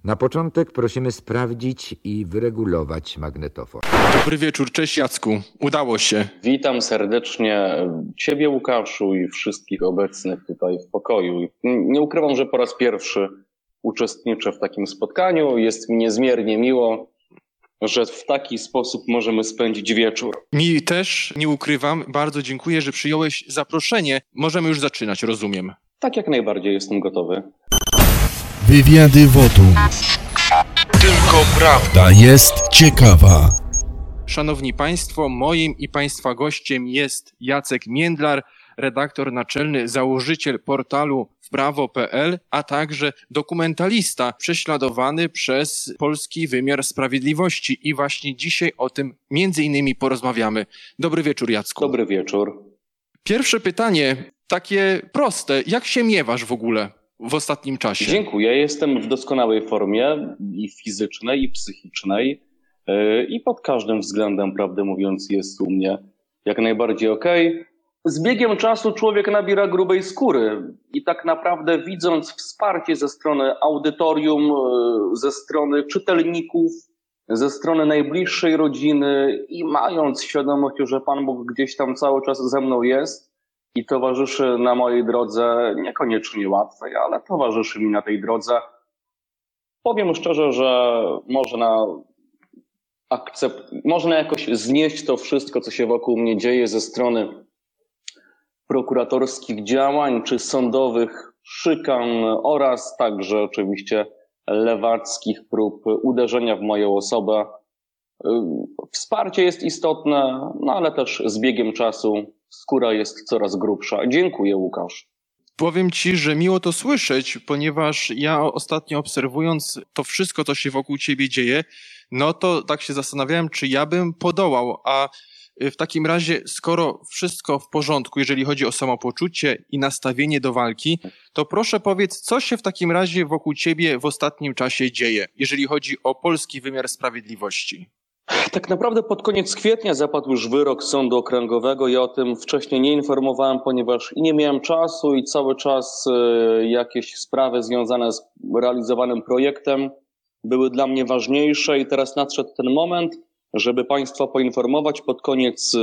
Na początek prosimy sprawdzić i wyregulować magnetofon. Dobry wieczór, cześć Jacku. Udało się. Witam serdecznie Ciebie, Łukaszu, i wszystkich obecnych tutaj w pokoju. Nie ukrywam, że po raz pierwszy uczestniczę w takim spotkaniu. Jest mi niezmiernie miło, że w taki sposób możemy spędzić wieczór. Mi też, nie ukrywam, bardzo dziękuję, że przyjąłeś zaproszenie. Możemy już zaczynać, rozumiem. Tak, jak najbardziej jestem gotowy. Wywiady Wotum. Tylko Prawda jest ciekawa. Szanowni Państwo, moim i Państwa gościem jest Jacek Międlar, redaktor naczelny, założyciel portalu wprawo.pl, a także dokumentalista prześladowany przez polski wymiar sprawiedliwości. I właśnie dzisiaj o tym między innymi porozmawiamy. Dobry wieczór, Jacku. Dobry wieczór. Pierwsze pytanie, takie proste. Jak się miewasz w ogóle w ostatnim czasie? Dziękuję. Jestem w doskonałej formie i fizycznej, i psychicznej. I pod każdym względem, prawdę mówiąc, jest u mnie jak najbardziej okej. Z biegiem czasu człowiek nabiera grubej skóry i tak naprawdę widząc wsparcie ze strony audytorium, ze strony czytelników, ze strony najbliższej rodziny i mając świadomość, że Pan Bóg gdzieś tam cały czas ze mną jest i towarzyszy na mojej drodze, niekoniecznie łatwej, ale towarzyszy mi na tej drodze, powiem szczerze, że można jakoś znieść to wszystko, co się wokół mnie dzieje ze strony prokuratorskich działań czy sądowych szykan oraz także oczywiście lewackich prób uderzenia w moją osobę. Wsparcie jest istotne, no ale też z biegiem czasu skóra jest coraz grubsza. Dziękuję, Łukasz. Powiem Ci, że miło to słyszeć, ponieważ ja ostatnio obserwując to wszystko, co się wokół Ciebie dzieje, no to tak się zastanawiałem, czy ja bym podołał, a w takim razie, skoro wszystko w porządku, jeżeli chodzi o samopoczucie i nastawienie do walki, to proszę powiedz, co się w takim razie wokół Ciebie w ostatnim czasie dzieje, jeżeli chodzi o polski wymiar sprawiedliwości? Tak naprawdę pod koniec kwietnia zapadł już wyrok Sądu Okręgowego. Ja o tym wcześniej nie informowałem, ponieważ i nie miałem czasu i cały czas jakieś sprawy związane z realizowanym projektem były dla mnie ważniejsze i teraz nadszedł ten moment, żeby Państwa poinformować. Pod koniec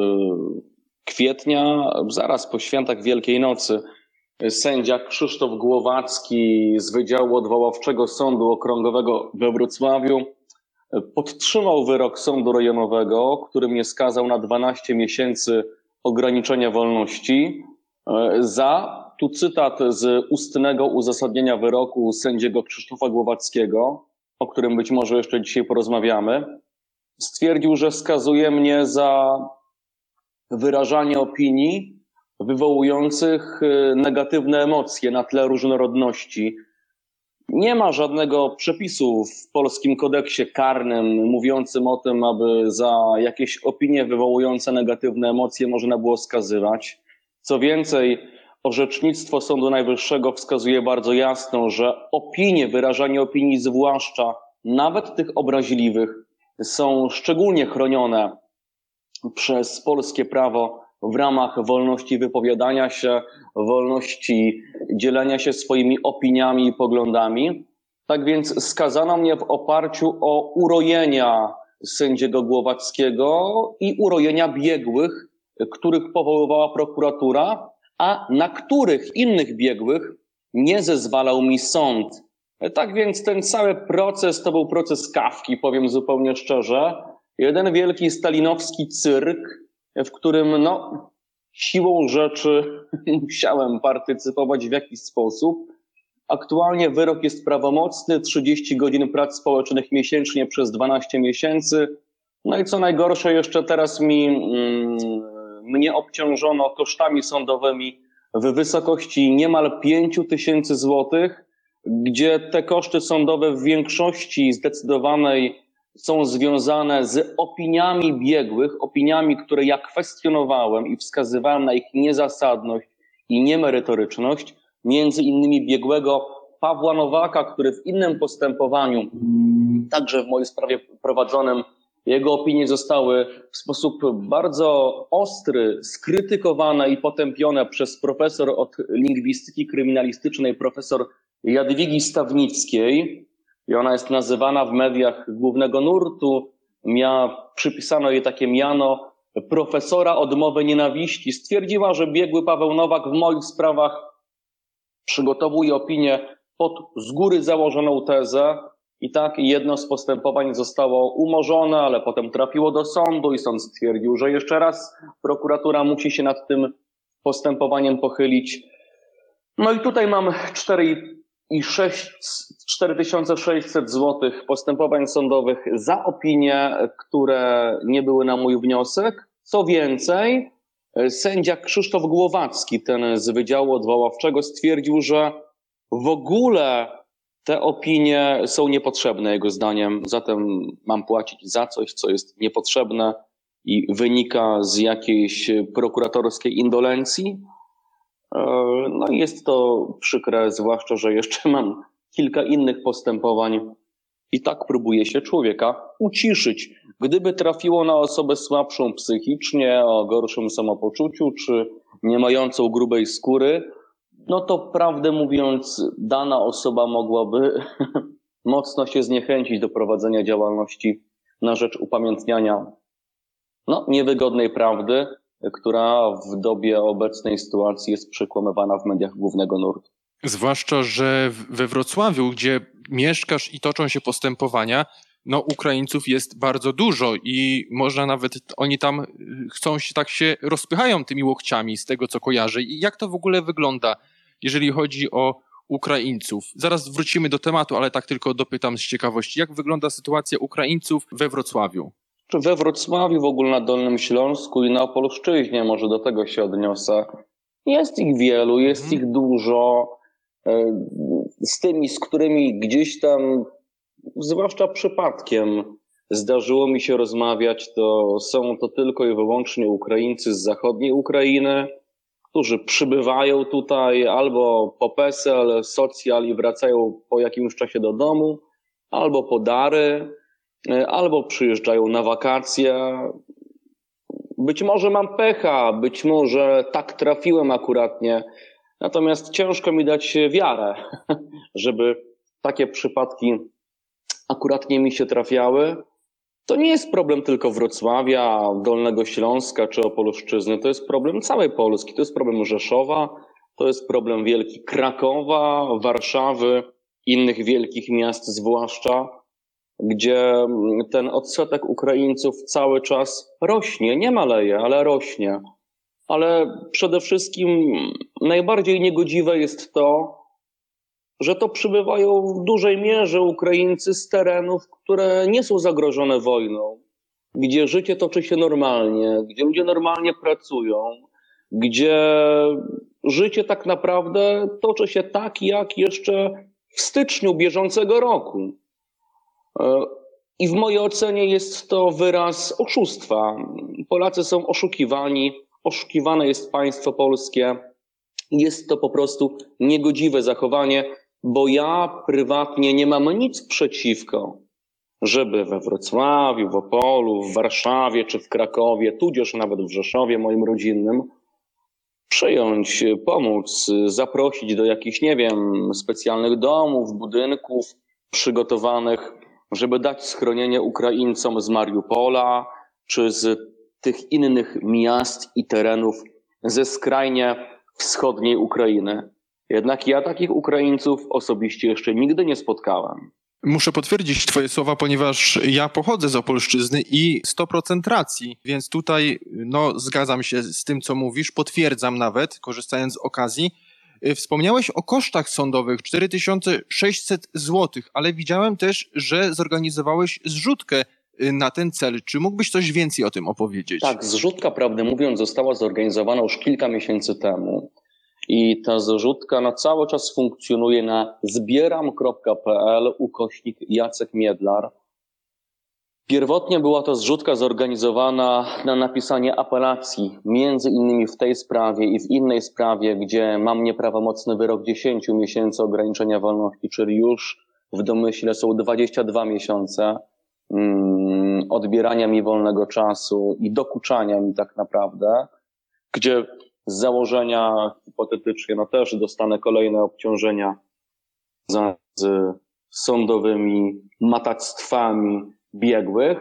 kwietnia, zaraz po świętach Wielkiej Nocy, sędzia Krzysztof Głowacki z Wydziału Odwoławczego Sądu Okręgowego we Wrocławiu podtrzymał wyrok Sądu Rejonowego, który mnie skazał na 12 miesięcy ograniczenia wolności za, tu cytat z ustnego uzasadnienia wyroku sędziego Krzysztofa Głowackiego, o którym być może jeszcze dzisiaj porozmawiamy, stwierdził, że skazuje mnie za wyrażanie opinii wywołujących negatywne emocje na tle różnorodności. Nie ma żadnego przepisu w polskim kodeksie karnym mówiącym o tym, aby za jakieś opinie wywołujące negatywne emocje można było skazywać. Co więcej, orzecznictwo Sądu Najwyższego wskazuje bardzo jasno, że wyrażanie opinii zwłaszcza nawet tych obraźliwych, są szczególnie chronione przez polskie prawo w ramach wolności wypowiadania się, wolności dzielenia się swoimi opiniami i poglądami. Tak więc skazano mnie w oparciu o urojenia sędziego Głowackiego i urojenia biegłych, których powoływała prokuratura, a na których innych biegłych nie zezwalał mi sąd. Tak więc ten cały proces to był proces Kafki, powiem zupełnie szczerze. Jeden wielki stalinowski cyrk, w którym siłą rzeczy musiałem partycypować w jakiś sposób. Aktualnie wyrok jest prawomocny, 30 godzin prac społecznych miesięcznie przez 12 miesięcy. No i co najgorsze, jeszcze teraz mnie obciążono kosztami sądowymi w wysokości niemal 5 000 złotych, gdzie te koszty sądowe w większości zdecydowanej są związane z opiniami biegłych, opiniami, które ja kwestionowałem i wskazywałem na ich niezasadność i niemerytoryczność, między innymi biegłego Pawła Nowaka, który w innym postępowaniu, także w mojej sprawie prowadzonym, jego opinie zostały w sposób bardzo ostry skrytykowane i potępione przez profesor od lingwistyki kryminalistycznej, profesor Jadwigi Stawnickiej. i ona jest nazywana w mediach głównego nurtu. Przypisano jej takie miano profesora odmowy nienawiści. Stwierdziła, że biegły Paweł Nowak w moich sprawach przygotowuje opinię pod z góry założoną tezę i tak jedno z postępowań zostało umorzone, ale potem trafiło do sądu i sąd stwierdził, że jeszcze raz prokuratura musi się nad tym postępowaniem pochylić. No i tutaj mam 4600 zł postępowań sądowych za opinie, które nie były na mój wniosek. Co więcej, sędzia Krzysztof Głowacki, ten z Wydziału Odwoławczego, stwierdził, że w ogóle te opinie są niepotrzebne jego zdaniem, zatem mam płacić za coś, co jest niepotrzebne i wynika z jakiejś prokuratorskiej indolencji. No i jest to przykre, zwłaszcza, że jeszcze mam kilka innych postępowań i tak próbuje się człowieka uciszyć. Gdyby trafiło na osobę słabszą psychicznie, o gorszym samopoczuciu, czy nie mającą grubej skóry, no to prawdę mówiąc, dana osoba mogłaby mocno się zniechęcić do prowadzenia działalności na rzecz upamiętniania niewygodnej prawdy, która w dobie obecnej sytuacji jest przekłamywana w mediach głównego nurtu. Zwłaszcza, że we Wrocławiu, gdzie mieszkasz i toczą się postępowania, Ukraińców jest bardzo dużo i można nawet, oni tam tak się rozpychają tymi łokciami z tego, co kojarzę. I jak to w ogóle wygląda, jeżeli chodzi o Ukraińców? Zaraz wrócimy do tematu, ale tak tylko dopytam z ciekawości. Jak wygląda sytuacja Ukraińców we Wrocławiu? We Wrocławiu, w ogóle na Dolnym Śląsku i na Opolszczyźnie, może do tego się odniosę. Jest ich wielu, jest ich dużo. Z tymi, z którymi gdzieś tam, zwłaszcza przypadkiem, zdarzyło mi się rozmawiać, to są to tylko i wyłącznie Ukraińcy z zachodniej Ukrainy, którzy przybywają tutaj albo po PESEL, socjal i wracają po jakimś czasie do domu, albo po dary, albo przyjeżdżają na wakacje. Być może mam pecha, być może tak trafiłem akuratnie, natomiast ciężko mi dać wiarę, żeby takie przypadki akuratnie mi się trafiały. To nie jest problem tylko Wrocławia, Dolnego Śląska czy Opolszczyzny, to jest problem całej Polski, to jest problem Rzeszowa, to jest problem wielki Krakowa, Warszawy, innych wielkich miast zwłaszcza, gdzie ten odsetek Ukraińców cały czas rośnie, nie maleje, ale rośnie. Ale przede wszystkim najbardziej niegodziwe jest to, że to przybywają w dużej mierze Ukraińcy z terenów, które nie są zagrożone wojną, gdzie życie toczy się normalnie, gdzie ludzie normalnie pracują, gdzie życie tak naprawdę toczy się tak, jak jeszcze w styczniu bieżącego roku. I w mojej ocenie jest to wyraz oszustwa. Polacy są oszukiwani, oszukiwane jest państwo polskie. Jest to po prostu niegodziwe zachowanie, bo ja prywatnie nie mam nic przeciwko, żeby we Wrocławiu, w Opolu, w Warszawie czy w Krakowie, tudzież nawet w Rzeszowie moim rodzinnym, przyjąć, pomóc, zaprosić do jakichś, specjalnych domów, budynków przygotowanych, żeby dać schronienie Ukraińcom z Mariupola czy z tych innych miast i terenów ze skrajnie wschodniej Ukrainy. Jednak ja takich Ukraińców osobiście jeszcze nigdy nie spotkałem. Muszę potwierdzić twoje słowa, ponieważ ja pochodzę z Opolszczyzny i 100% racji, więc tutaj zgadzam się z tym, co mówisz, potwierdzam nawet, korzystając z okazji. Wspomniałeś o kosztach sądowych 4600 zł, ale widziałem też, że zorganizowałeś zrzutkę na ten cel. Czy mógłbyś coś więcej o tym opowiedzieć? Tak, zrzutka, prawdę mówiąc, została zorganizowana już kilka miesięcy temu. I ta zrzutka cały czas funkcjonuje na zbieram.pl/Jacek Miedlar. Pierwotnie była to zrzutka zorganizowana na napisanie apelacji, między innymi w tej sprawie i w innej sprawie, gdzie mam nieprawomocny wyrok 10 miesięcy ograniczenia wolności, czyli już w domyśle są 22 miesiące odbierania mi wolnego czasu i dokuczania mi tak naprawdę, gdzie z założenia hipotetycznie też dostanę kolejne obciążenia z sądowymi matactwami biegłych.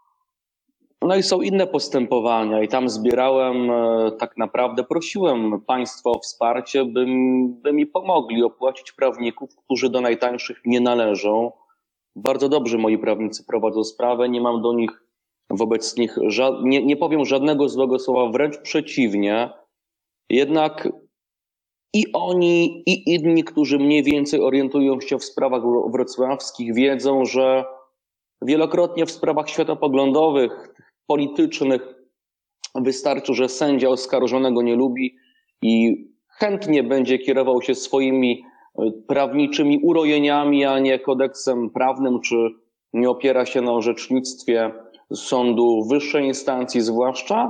No i są inne postępowania i tam zbierałem, tak naprawdę prosiłem państwa o wsparcie, by mi pomogli opłacić prawników, którzy do najtańszych nie należą. Bardzo dobrze moi prawnicy prowadzą sprawę, nie mam do nich wobec nich, nie powiem żadnego złego słowa, wręcz przeciwnie. Jednak i oni, i inni, którzy mniej więcej orientują się w sprawach wrocławskich, wiedzą, że wielokrotnie w sprawach światopoglądowych, politycznych wystarczy, że sędzia oskarżonego nie lubi i chętnie będzie kierował się swoimi prawniczymi urojeniami, a nie kodeksem prawnym, czy nie opiera się na orzecznictwie sądu wyższej instancji zwłaszcza.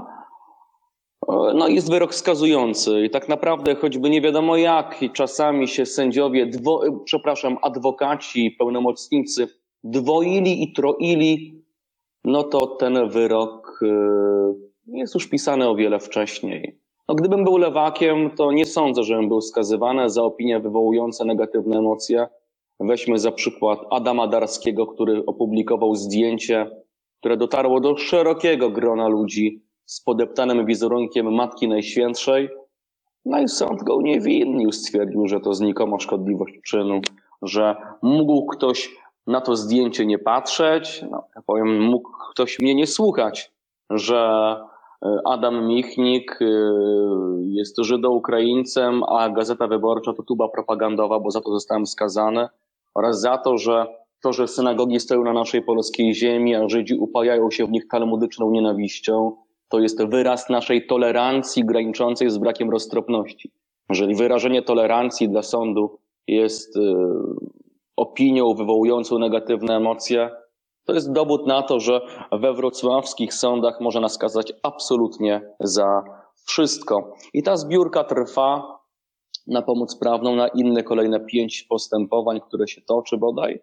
No jest wyrok skazujący i tak naprawdę choćby nie wiadomo jak czasami się sędziowie, adwokaci, pełnomocnicy dwoili i troili, no to ten wyrok jest już pisany o wiele wcześniej. No, gdybym był lewakiem, to nie sądzę, żebym był skazywany za opinie wywołujące negatywne emocje. Weźmy za przykład Adama Darskiego, który opublikował zdjęcie, które dotarło do szerokiego grona ludzi z podeptanym wizerunkiem Matki Najświętszej. No i sąd go uniewinnił, stwierdził, że to znikoma szkodliwość czynu, że mógł ktoś na to zdjęcie nie patrzeć, no, ja powiem, mógł ktoś mnie nie słuchać, że Adam Michnik jest Żydo-Ukraińcem, a Gazeta Wyborcza to tuba propagandowa, bo za to zostałem skazany, oraz za to, że synagogi stoją na naszej polskiej ziemi, a Żydzi upajają się w nich talmudyczną nienawiścią, to jest wyraz naszej tolerancji graniczącej z brakiem roztropności. Jeżeli wyrażenie tolerancji dla sądu jest opinią wywołującą negatywne emocje, to jest dowód na to, że we wrocławskich sądach można nas skazać absolutnie za wszystko. I ta zbiórka trwa na pomoc prawną, na inne kolejne 5 postępowań, które się toczy bodaj.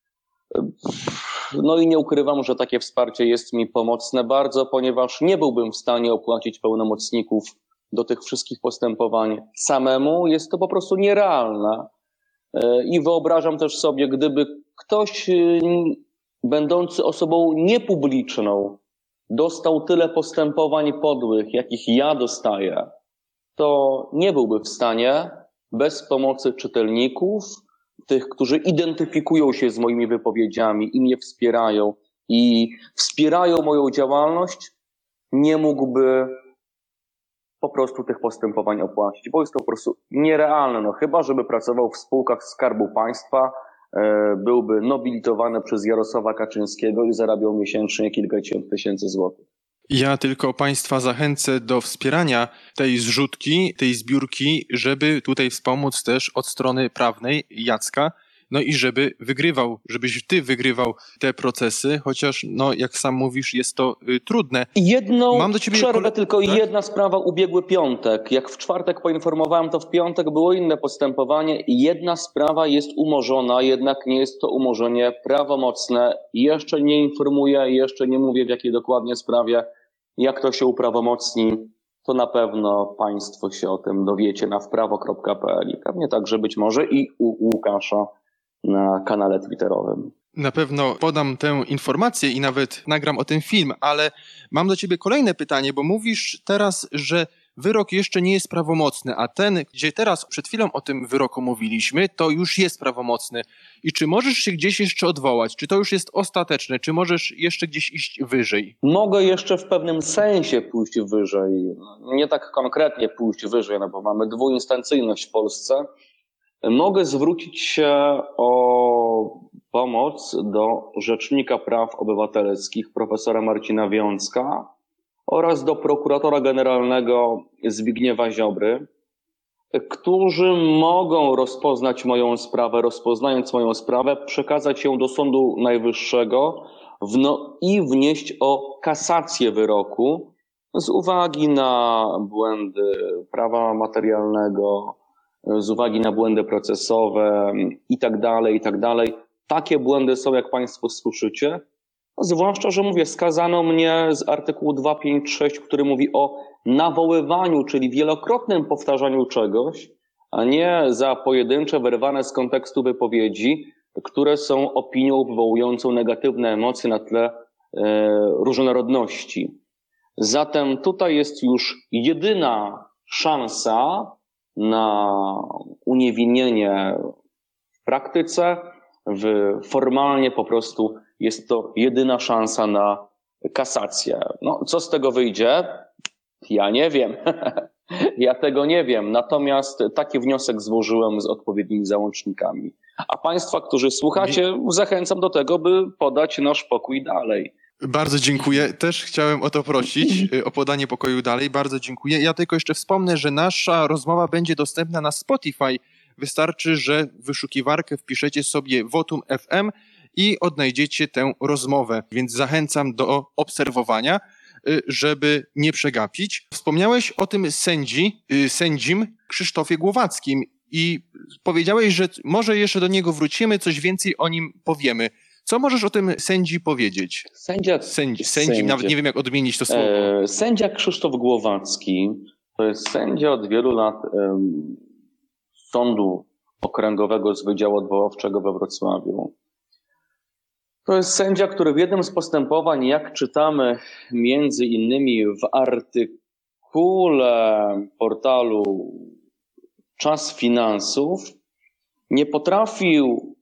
No i nie ukrywam, że takie wsparcie jest mi pomocne bardzo, ponieważ nie byłbym w stanie opłacić pełnomocników do tych wszystkich postępowań samemu. Jest to po prostu nierealne. I wyobrażam też sobie, gdyby ktoś będący osobą niepubliczną dostał tyle postępowań podłych, jakich ja dostaję, to nie byłby w stanie bez pomocy czytelników, tych, którzy identyfikują się z moimi wypowiedziami i mnie wspierają i wspierają moją działalność, nie mógłby po prostu tych postępowań opłacić, bo jest to po prostu nierealne. No, chyba żeby pracował w spółkach Skarbu Państwa, byłby nobilitowany przez Jarosława Kaczyńskiego i zarabiał miesięcznie kilkadziesiąt tysięcy złotych. Ja tylko Państwa zachęcę do wspierania tej zrzutki, tej zbiórki, żeby tutaj wspomóc też od strony prawnej Jacka, no i żeby wygrywał, żebyś ty wygrywał te procesy, chociaż, no jak sam mówisz, jest to trudne. Mam do ciebie przerwę, tylko tak? Jedna sprawa, ubiegły piątek. Jak w czwartek poinformowałem, to w piątek było inne postępowanie. Jedna sprawa jest umorzona, jednak nie jest to umorzenie prawomocne. Jeszcze nie informuję, jeszcze nie mówię w jakiej dokładnie sprawie. Jak to się uprawomocni, to na pewno Państwo się o tym dowiecie na wprawo.pl i pewnie także być może i u Łukasza na kanale twitterowym. Na pewno podam tę informację i nawet nagram o tym film, ale mam do ciebie kolejne pytanie, bo mówisz teraz, że wyrok jeszcze nie jest prawomocny, a ten, gdzie teraz przed chwilą o tym wyroku mówiliśmy, to już jest prawomocny. I czy możesz się gdzieś jeszcze odwołać? Czy to już jest ostateczne? Czy możesz jeszcze gdzieś iść wyżej? Mogę jeszcze w pewnym sensie pójść wyżej. Nie tak konkretnie pójść wyżej, no bo mamy dwuinstancyjność w Polsce. Mogę zwrócić się o pomoc do Rzecznika Praw Obywatelskich profesora Marcina Wiącka oraz do prokuratora generalnego Zbigniewa Ziobry, którzy mogą rozpoznając moją sprawę, przekazać ją do Sądu Najwyższego i wnieść o kasację wyroku z uwagi na błędy prawa materialnego, z uwagi na błędy procesowe i tak dalej. Takie błędy są, jak Państwo słyszycie. Zwłaszcza, że skazano mnie z artykułu 256, który mówi o nawoływaniu, czyli wielokrotnym powtarzaniu czegoś, a nie za pojedyncze, wyrwane z kontekstu wypowiedzi, które są opinią wywołującą negatywne emocje na tle różnorodności. Zatem tutaj jest już jedyna szansa na uniewinnienie w praktyce, formalnie po prostu jest to jedyna szansa na kasację. No, co z tego wyjdzie? Ja nie wiem. Ja tego nie wiem. Natomiast taki wniosek złożyłem z odpowiednimi załącznikami. A Państwa, którzy słuchacie, zachęcam do tego, by podać nasz pokój dalej. Bardzo dziękuję. Też chciałem o to prosić, o podanie pokoju dalej. Bardzo dziękuję. Ja tylko jeszcze wspomnę, że nasza rozmowa będzie dostępna na Spotify. Wystarczy, że w wyszukiwarkę wpiszecie sobie Votum FM i odnajdziecie tę rozmowę. Więc zachęcam do obserwowania, żeby nie przegapić. Wspomniałeś o tym sędzim Krzysztofie Głowackim i powiedziałeś, że może jeszcze do niego wrócimy, coś więcej o nim powiemy. Co możesz o tym sędzi powiedzieć? Sędzi, nawet nie wiem, jak odmienić to słowo. Sędzia Krzysztof Głowacki to jest sędzia od wielu lat Sądu Okręgowego z Wydziału Odwoławczego we Wrocławiu. To jest sędzia, który w jednym z postępowań, jak czytamy między innymi w artykule portalu Czas Finansów, nie potrafił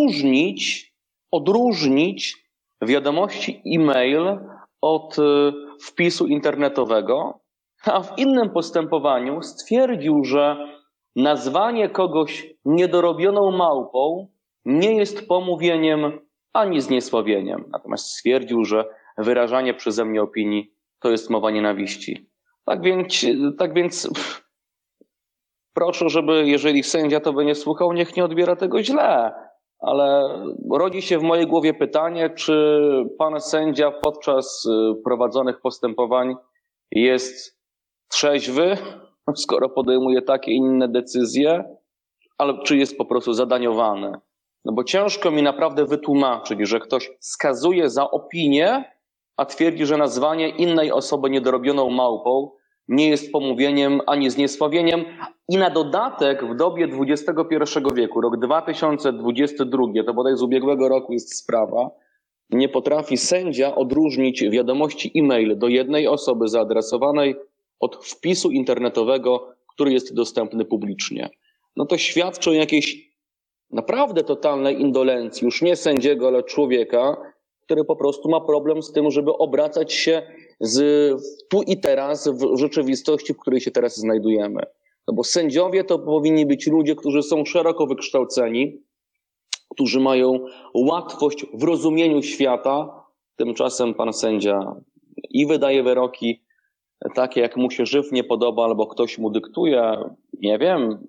odróżnić wiadomości e-mail od wpisu internetowego, a w innym postępowaniu stwierdził, że nazwanie kogoś niedorobioną małpą nie jest pomówieniem ani zniesławieniem. Natomiast stwierdził, że wyrażanie przeze mnie opinii to jest mowa nienawiści. Tak więc proszę, żeby jeżeli sędzia to by nie słuchał, niech nie odbiera tego źle. Ale rodzi się w mojej głowie pytanie, czy pan sędzia podczas prowadzonych postępowań jest trzeźwy, skoro podejmuje takie inne decyzje, ale czy jest po prostu zadaniowany. No bo ciężko mi naprawdę wytłumaczyć, że ktoś skazuje za opinię, a twierdzi, że nazwanie innej osoby niedorobioną małpą nie jest pomówieniem ani zniesławieniem. I na dodatek w dobie XXI wieku, rok 2022, to bodaj z ubiegłego roku jest sprawa, nie potrafi sędzia odróżnić wiadomości e-mail do jednej osoby zaadresowanej od wpisu internetowego, który jest dostępny publicznie. No to świadczy o jakiejś naprawdę totalnej indolencji, już nie sędziego, ale człowieka, który po prostu ma problem z tym, żeby obracać się tu i teraz w rzeczywistości, w której się teraz znajdujemy. No bo sędziowie to powinni być ludzie, którzy są szeroko wykształceni, którzy mają łatwość w rozumieniu świata. Tymczasem pan sędzia i wydaje wyroki takie, jak mu się żywnie podoba, albo ktoś mu dyktuje. Nie wiem,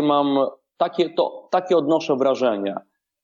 takie odnoszę wrażenie.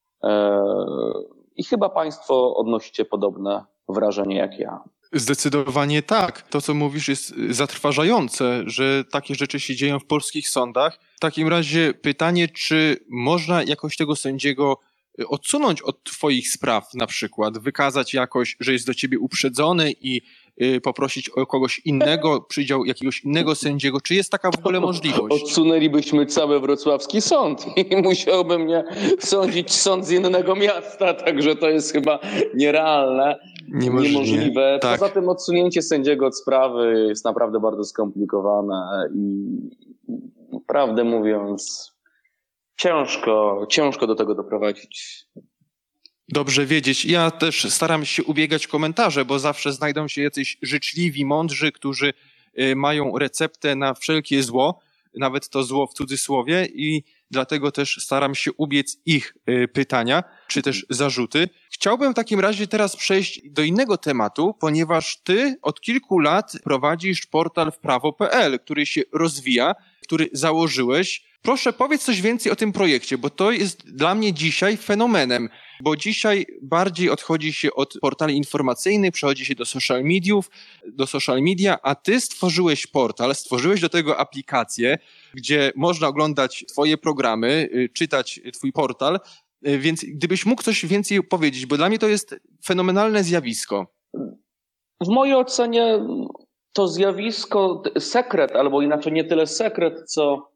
I chyba państwo odnosicie podobne wrażenie jak ja. Zdecydowanie tak. To, co mówisz, jest zatrważające, że takie rzeczy się dzieją w polskich sądach. W takim razie pytanie, czy można jakoś tego sędziego odsunąć od twoich spraw na przykład, wykazać jakoś, że jest do ciebie uprzedzony i poprosić o kogoś innego, przydział jakiegoś innego sędziego. Czy jest taka w ogóle możliwość? Odsunęlibyśmy cały wrocławski sąd i musiałby mnie sądzić sąd z innego miasta, także to jest chyba nierealne, niemożliwe. Tak. Poza tym odsunięcie sędziego od sprawy jest naprawdę bardzo skomplikowane i prawdę mówiąc ciężko do tego doprowadzić. Dobrze wiedzieć. Ja też staram się ubiegać komentarze, bo zawsze znajdą się jacyś życzliwi, mądrzy, którzy mają receptę na wszelkie zło, nawet to zło w cudzysłowie, i dlatego też staram się ubiec ich pytania, czy też zarzuty. Chciałbym w takim razie teraz przejść do innego tematu, ponieważ ty od kilku lat prowadzisz portal wprawo.pl, który się rozwija, który założyłeś. Proszę, powiedz coś więcej o tym projekcie, bo to jest dla mnie dzisiaj fenomenem, bo dzisiaj bardziej odchodzi się od portali informacyjnych, przechodzi się do social media, a ty stworzyłeś portal, stworzyłeś do tego aplikację, gdzie można oglądać twoje programy, czytać twój portal, więc gdybyś mógł coś więcej powiedzieć, bo dla mnie to jest fenomenalne zjawisko. W mojej ocenie to zjawisko, sekret, albo inaczej nie tyle sekret, co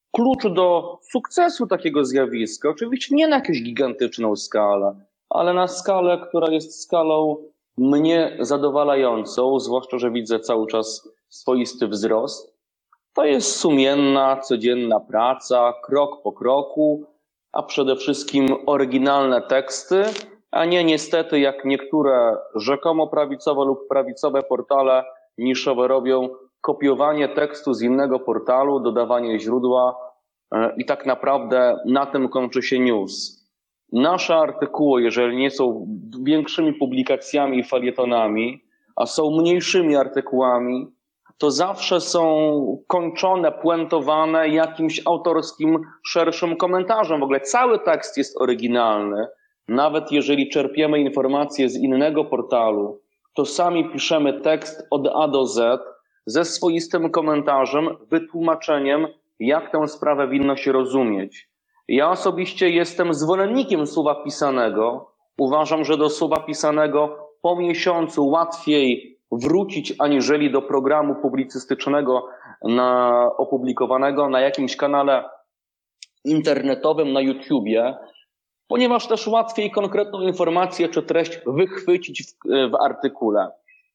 klucz do sukcesu takiego zjawiska, oczywiście nie na jakąś gigantyczną skalę, ale na skalę, która jest skalą mnie zadowalającą, zwłaszcza, że widzę cały czas swoisty wzrost, to jest sumienna, codzienna praca, krok po kroku, a przede wszystkim oryginalne teksty, a nie niestety jak niektóre rzekomo prawicowe lub prawicowe portale niszowe robią, kopiowanie tekstu z innego portalu, dodawanie źródła i tak naprawdę na tym kończy się news. Nasze artykuły, jeżeli nie są większymi publikacjami i felietonami, a są mniejszymi artykułami, to zawsze są kończone, puentowane jakimś autorskim, szerszym komentarzem. W ogóle cały tekst jest oryginalny. Nawet jeżeli czerpiemy informacje z innego portalu, to sami piszemy tekst od A do Z ze swoistym komentarzem, wytłumaczeniem, jak tę sprawę winno się rozumieć. Ja osobiście jestem zwolennikiem słowa pisanego. Uważam, że do słowa pisanego po miesiącu łatwiej wrócić, aniżeli do programu publicystycznego opublikowanego na jakimś kanale internetowym na YouTubie, ponieważ też łatwiej konkretną informację czy treść wychwycić w artykule.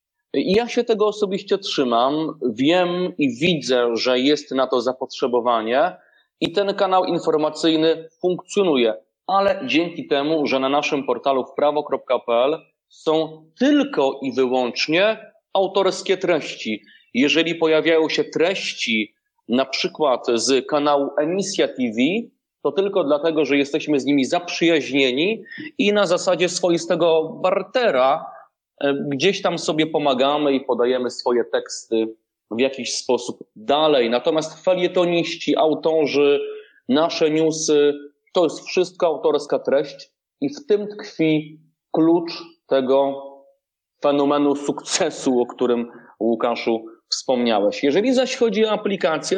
I ja się tego osobiście trzymam, wiem i widzę, że jest na to zapotrzebowanie i ten kanał informacyjny funkcjonuje, ale dzięki temu, że na naszym portalu wprawo.pl są tylko i wyłącznie autorskie treści. Jeżeli pojawiają się treści na przykład z kanału Emisja TV, to tylko dlatego, że jesteśmy z nimi zaprzyjaźnieni i na zasadzie swoistego bartera gdzieś tam sobie pomagamy i podajemy swoje teksty w jakiś sposób dalej. Natomiast felietoniści, autorzy, nasze newsy, to jest wszystko autorska treść i w tym tkwi klucz tego fenomenu sukcesu, o którym, Łukaszu, wspomniałeś. Jeżeli zaś chodzi o aplikację,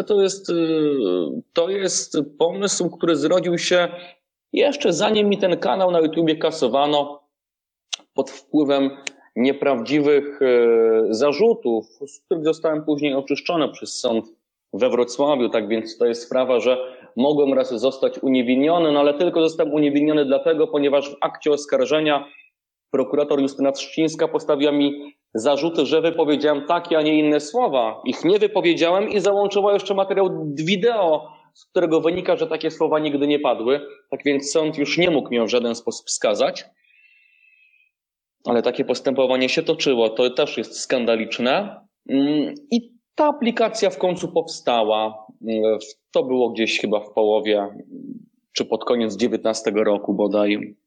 to jest pomysł, który zrodził się jeszcze zanim mi ten kanał na YouTubie kasowano pod wpływem nieprawdziwych zarzutów, z których zostałem później oczyszczony przez sąd we Wrocławiu. Tak więc to jest sprawa, że mogłem raz zostać uniewinniony, no ale tylko zostałem uniewinniony dlatego, ponieważ w akcie oskarżenia prokurator Justyna Trzcińska postawiła mi zarzuty, że wypowiedziałem takie, a nie inne słowa. Ich nie wypowiedziałem i załączyła jeszcze materiał wideo, z którego wynika, że takie słowa nigdy nie padły. Tak więc sąd już nie mógł mnie w żaden sposób skazać. Ale takie postępowanie się toczyło. To też jest skandaliczne. I ta aplikacja w końcu powstała. To było gdzieś chyba w połowie, czy pod koniec 19 roku bodaj.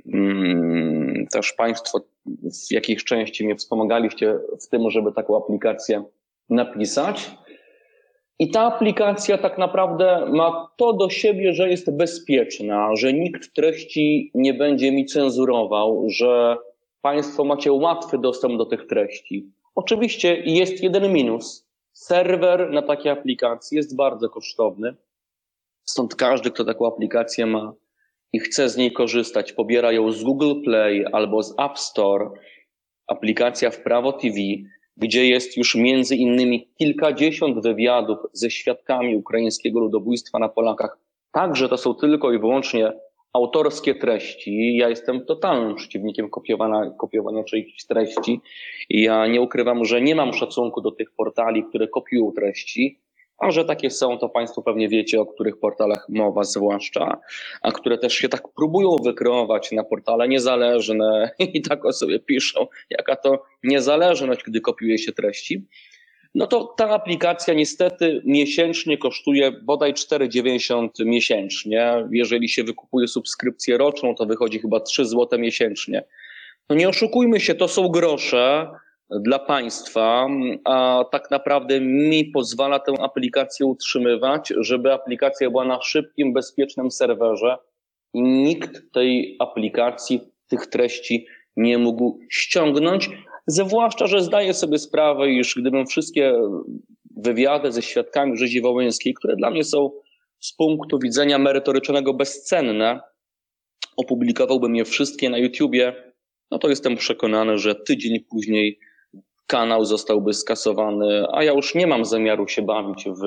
Też Państwo w jakiejś części mnie wspomagaliście w tym, żeby taką aplikację napisać. I ta aplikacja tak naprawdę ma to do siebie, że jest bezpieczna, że nikt treści nie będzie mi cenzurował, że Państwo macie łatwy dostęp do tych treści. Oczywiście jest jeden minus. Serwer na takiej aplikacji jest bardzo kosztowny. Stąd każdy, kto taką aplikację ma i chce z niej korzystać, pobiera ją z Google Play albo z App Store, aplikacja Wprawo TV, gdzie jest już między innymi kilkadziesiąt wywiadów ze świadkami ukraińskiego ludobójstwa na Polakach. Także to są tylko i wyłącznie autorskie treści. Ja jestem totalnym przeciwnikiem kopiowania czyichś treści. Ja nie ukrywam, że nie mam szacunku do tych portali, które kopiują treści, a że takie są, to Państwo pewnie wiecie, o których portalach mowa zwłaszcza, a które też się tak próbują wykreować na portale niezależne i tak o sobie piszą, jaka to niezależność, gdy kopiuje się treści. No to ta aplikacja niestety miesięcznie kosztuje bodaj 4,90 miesięcznie. Jeżeli się wykupuje subskrypcję roczną, to wychodzi chyba 3 zł miesięcznie. No nie oszukujmy się, to są grosze dla państwa, a tak naprawdę mi pozwala tę aplikację utrzymywać, żeby aplikacja była na szybkim, bezpiecznym serwerze i nikt tej aplikacji, tych treści nie mógł ściągnąć, zwłaszcza, że zdaję sobie sprawę, iż gdybym wszystkie wywiady ze świadkami rzezi wołyńskiej, które dla mnie są z punktu widzenia merytorycznego bezcenne, opublikowałbym je wszystkie na YouTubie, no to jestem przekonany, że tydzień później kanał zostałby skasowany, a ja już nie mam zamiaru się bawić w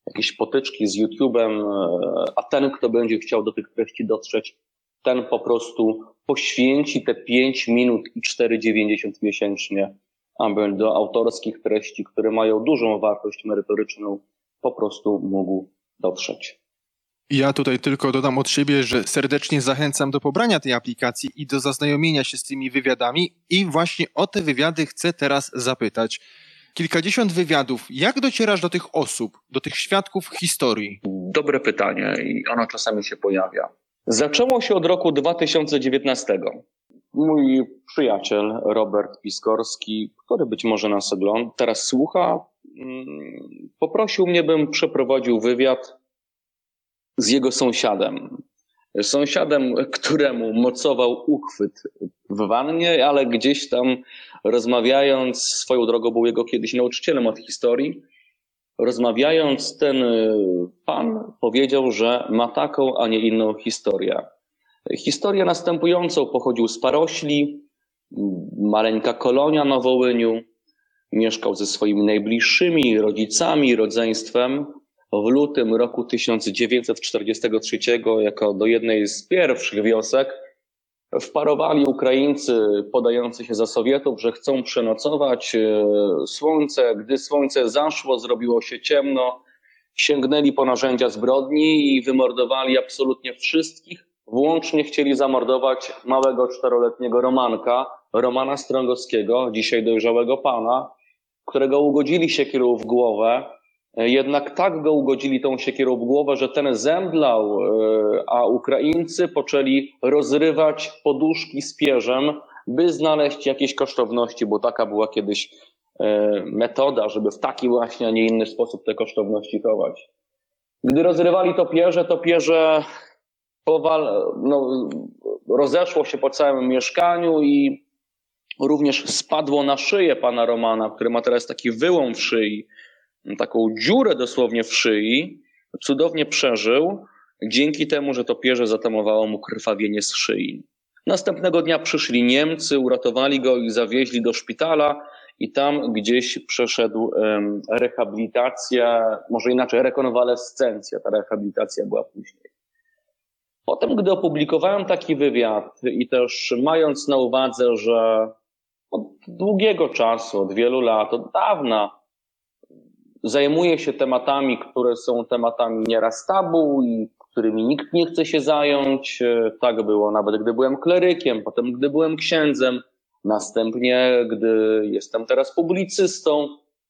jakieś potyczki z YouTube'em, a ten, kto będzie chciał do tych treści dotrzeć, ten po prostu poświęci te 5 minut i 4,90 miesięcznie, aby do autorskich treści, które mają dużą wartość merytoryczną, po prostu mógł dotrzeć. Ja tutaj tylko dodam od siebie, że serdecznie zachęcam do pobrania tej aplikacji i do zaznajomienia się z tymi wywiadami i właśnie o te wywiady chcę teraz zapytać. Kilkadziesiąt wywiadów. Jak docierasz do tych osób, do tych świadków historii? Dobre pytanie i ono czasami się pojawia. Zaczęło się od roku 2019. Mój przyjaciel Robert Piskorski, który być może nas teraz słucha, poprosił mnie, bym przeprowadził wywiad z jego sąsiadem. Sąsiadem, któremu mocował uchwyt w wannie, ale gdzieś tam rozmawiając, swoją drogą był jego kiedyś nauczycielem od historii, rozmawiając, ten pan powiedział, że ma taką, a nie inną historię. Historię następującą: pochodził z Parośli, maleńka kolonia na Wołyniu, mieszkał ze swoimi najbliższymi, rodzicami, rodzeństwem. W lutym roku 1943 jako do jednej z pierwszych wiosek wparowali Ukraińcy podający się za Sowietów, że chcą przenocować. Gdy słońce zaszło, zrobiło się ciemno, sięgnęli po narzędzia zbrodni i wymordowali absolutnie wszystkich. Włącznie chcieli zamordować małego 4-letniego Romana Strągowskiego, dzisiaj dojrzałego pana, którego ugodzili siekierą w głowę. Jednak tak go ugodzili tą siekierą w głowę, że ten zemdlał, a Ukraińcy poczęli rozrywać poduszki z pierzem, by znaleźć jakieś kosztowności, bo taka była kiedyś metoda, żeby w taki właśnie, a nie inny sposób te kosztowności chować. Gdy rozrywali to pierze rozeszło się po całym mieszkaniu i również spadło na szyję pana Romana, który ma teraz taki wyłom w szyi, taką dziurę dosłownie w szyi. Cudownie przeżył dzięki temu, że to pierze zatamowało mu krwawienie z szyi. Następnego dnia przyszli Niemcy, uratowali go i zawieźli do szpitala i tam gdzieś przeszedł rehabilitację, może inaczej rekonwalescencję. Ta rehabilitacja była później. Potem, gdy opublikowałem taki wywiad i też mając na uwadze, że od długiego czasu, od wielu lat, od dawna zajmuję się tematami, które są tematami nieraz tabu i którymi nikt nie chce się zająć. Tak było nawet gdy byłem klerykiem, potem gdy byłem księdzem, następnie gdy jestem teraz publicystą.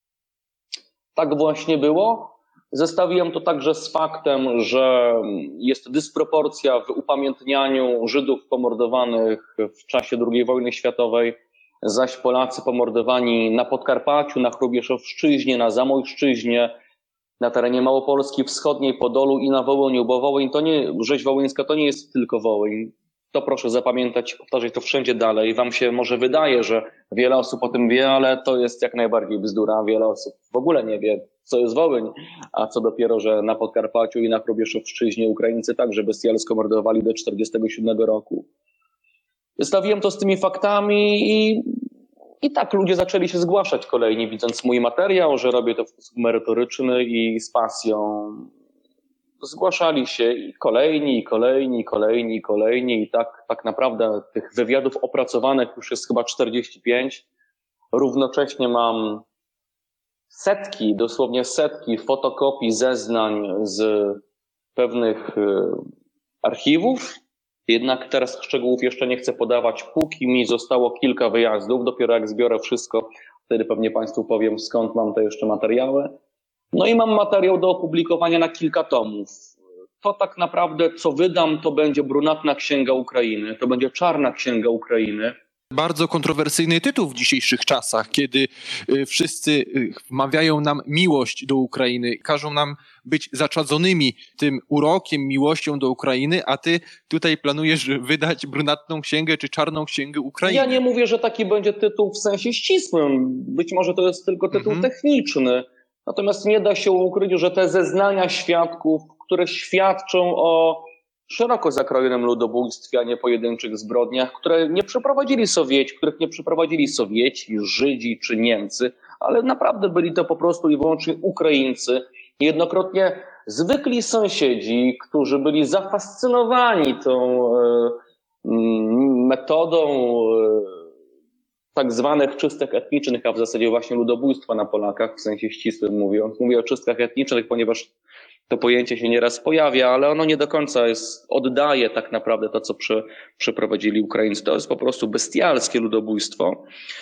Tak właśnie było. Zestawiłem to także z faktem, że jest dysproporcja w upamiętnianiu Żydów pomordowanych w czasie II wojny światowej, zaś Polacy pomordowani na Podkarpaciu, na Hrubieszowszczyźnie, na Zamojszczyźnie, na terenie Małopolski Wschodniej, Podolu i na Wołyniu, bo Wołyń rzeź wołyńska to nie jest tylko Wołyń. To proszę zapamiętać, powtarzać to wszędzie dalej. Wam się może wydaje, że wiele osób o tym wie, ale to jest jak najbardziej bzdura. Wiele osób w ogóle nie wie, co jest Wołyń, a co dopiero, że na Podkarpaciu i na Hrubieszowszczyźnie Ukraińcy także bestialsko mordowali do 1947 roku. Zestawiłem to z tymi faktami i tak ludzie zaczęli się zgłaszać kolejni, widząc mój materiał, że robię to w sposób merytoryczny i z pasją. Zgłaszali się i kolejni i tak naprawdę tych wywiadów opracowanych już jest chyba 45. Równocześnie mam dosłownie setki fotokopii zeznań z pewnych archiwów. Jednak teraz szczegółów jeszcze nie chcę podawać, póki mi zostało kilka wyjazdów. Dopiero jak zbiorę wszystko, wtedy pewnie Państwu powiem, skąd mam te jeszcze materiały. No i mam materiał do opublikowania na kilka tomów. To tak naprawdę, co wydam, to będzie brunatna księga Ukrainy, to będzie czarna księga Ukrainy. Bardzo kontrowersyjny tytuł w dzisiejszych czasach, kiedy wszyscy wmawiają nam miłość do Ukrainy, każą nam być zaczadzonymi tym urokiem, miłością do Ukrainy, a ty tutaj planujesz wydać brunatną księgę czy czarną księgę Ukrainy. Ja nie mówię, że taki będzie tytuł w sensie ścisłym. Być może to jest tylko tytuł techniczny. Natomiast nie da się ukryć, że te zeznania świadków, które świadczą o szeroko zakrojonym ludobójstwie, a nie pojedynczych zbrodniach, których nie przeprowadzili Sowieci, Żydzi czy Niemcy, ale naprawdę byli to po prostu i wyłącznie Ukraińcy, Niejednokrotnie zwykli sąsiedzi, którzy byli zafascynowani tą metodą tak zwanych czystek etnicznych, a w zasadzie właśnie ludobójstwa na Polakach, w sensie ścisłym mówiąc. Mówię o czystkach etnicznych, ponieważ to pojęcie się nieraz pojawia, ale ono nie do końca oddaje tak naprawdę to, co przeprowadzili Ukraińcy. To jest po prostu bestialskie ludobójstwo.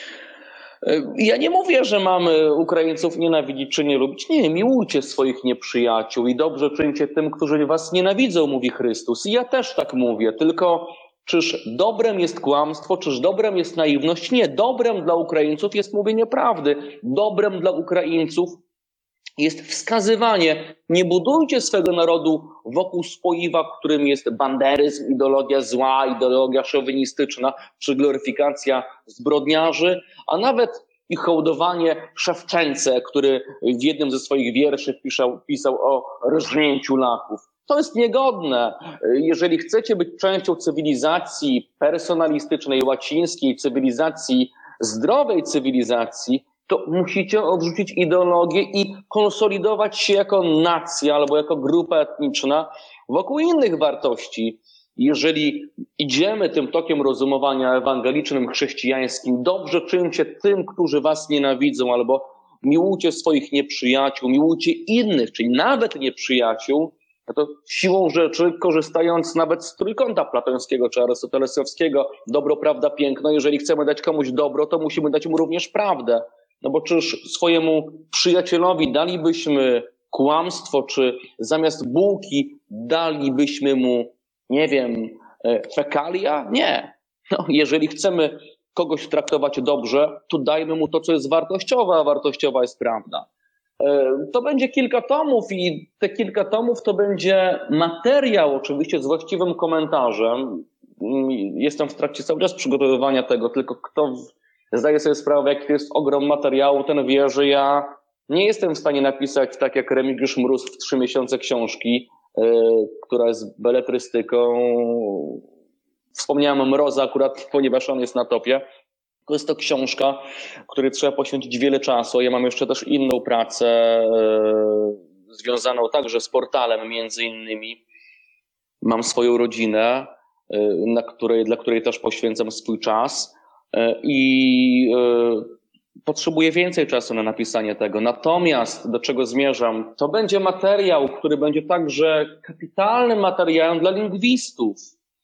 Ja nie mówię, że mamy Ukraińców nienawidzić czy nie lubić. Nie, miłujcie swoich nieprzyjaciół i dobrze czyńcie tym, którzy was nienawidzą, mówi Chrystus. I ja też tak mówię, tylko czyż dobrem jest kłamstwo, czyż dobrem jest naiwność? Nie, dobrem dla Ukraińców jest mówienie prawdy. Dobrem dla Ukraińców jest wskazywanie. Nie budujcie swego narodu wokół spoiwa, którym jest banderyzm, ideologia zła, ideologia szowinistyczna czy gloryfikacja zbrodniarzy, a nawet i hołdowanie Szewczence, który w jednym ze swoich wierszy pisał o rżnięciu laków. To jest niegodne. Jeżeli chcecie być częścią cywilizacji personalistycznej, łacińskiej, cywilizacji, zdrowej cywilizacji, to musicie odrzucić ideologię i konsolidować się jako nacja albo jako grupa etniczna wokół innych wartości. Jeżeli idziemy tym tokiem rozumowania ewangelicznym, chrześcijańskim, dobrze czyńcie tym, którzy was nienawidzą, albo miłujcie swoich nieprzyjaciół, miłujcie innych, czyli nawet nieprzyjaciół, no to siłą rzeczy, korzystając nawet z trójkąta platońskiego czy arystotelesowskiego, dobro, prawda, piękno, jeżeli chcemy dać komuś dobro, to musimy dać mu również prawdę. No bo czyż swojemu przyjacielowi dalibyśmy kłamstwo, czy zamiast bułki dalibyśmy mu, nie wiem, fekalia? Nie. No, jeżeli chcemy kogoś traktować dobrze, to dajmy mu to, co jest wartościowe, a wartościowa jest prawda. To będzie kilka tomów i te kilka tomów to będzie materiał oczywiście z właściwym komentarzem. Jestem w trakcie cały czas przygotowywania tego, tylko kto zdaje sobie sprawę, jaki to jest ogrom materiału, ten wie, że ja nie jestem w stanie napisać tak jak Remigiusz Mróz w 3 miesiące książki, która jest beletrystyką. Wspomniałem Mroza akurat, ponieważ on jest na topie. To jest to książka, której trzeba poświęcić wiele czasu. Ja mam jeszcze też inną pracę związaną także z portalem między innymi. Mam swoją rodzinę, dla której też poświęcam swój czas i potrzebuję więcej czasu na napisanie tego. Natomiast do czego zmierzam? To będzie materiał, który będzie także kapitalnym materiałem dla lingwistów.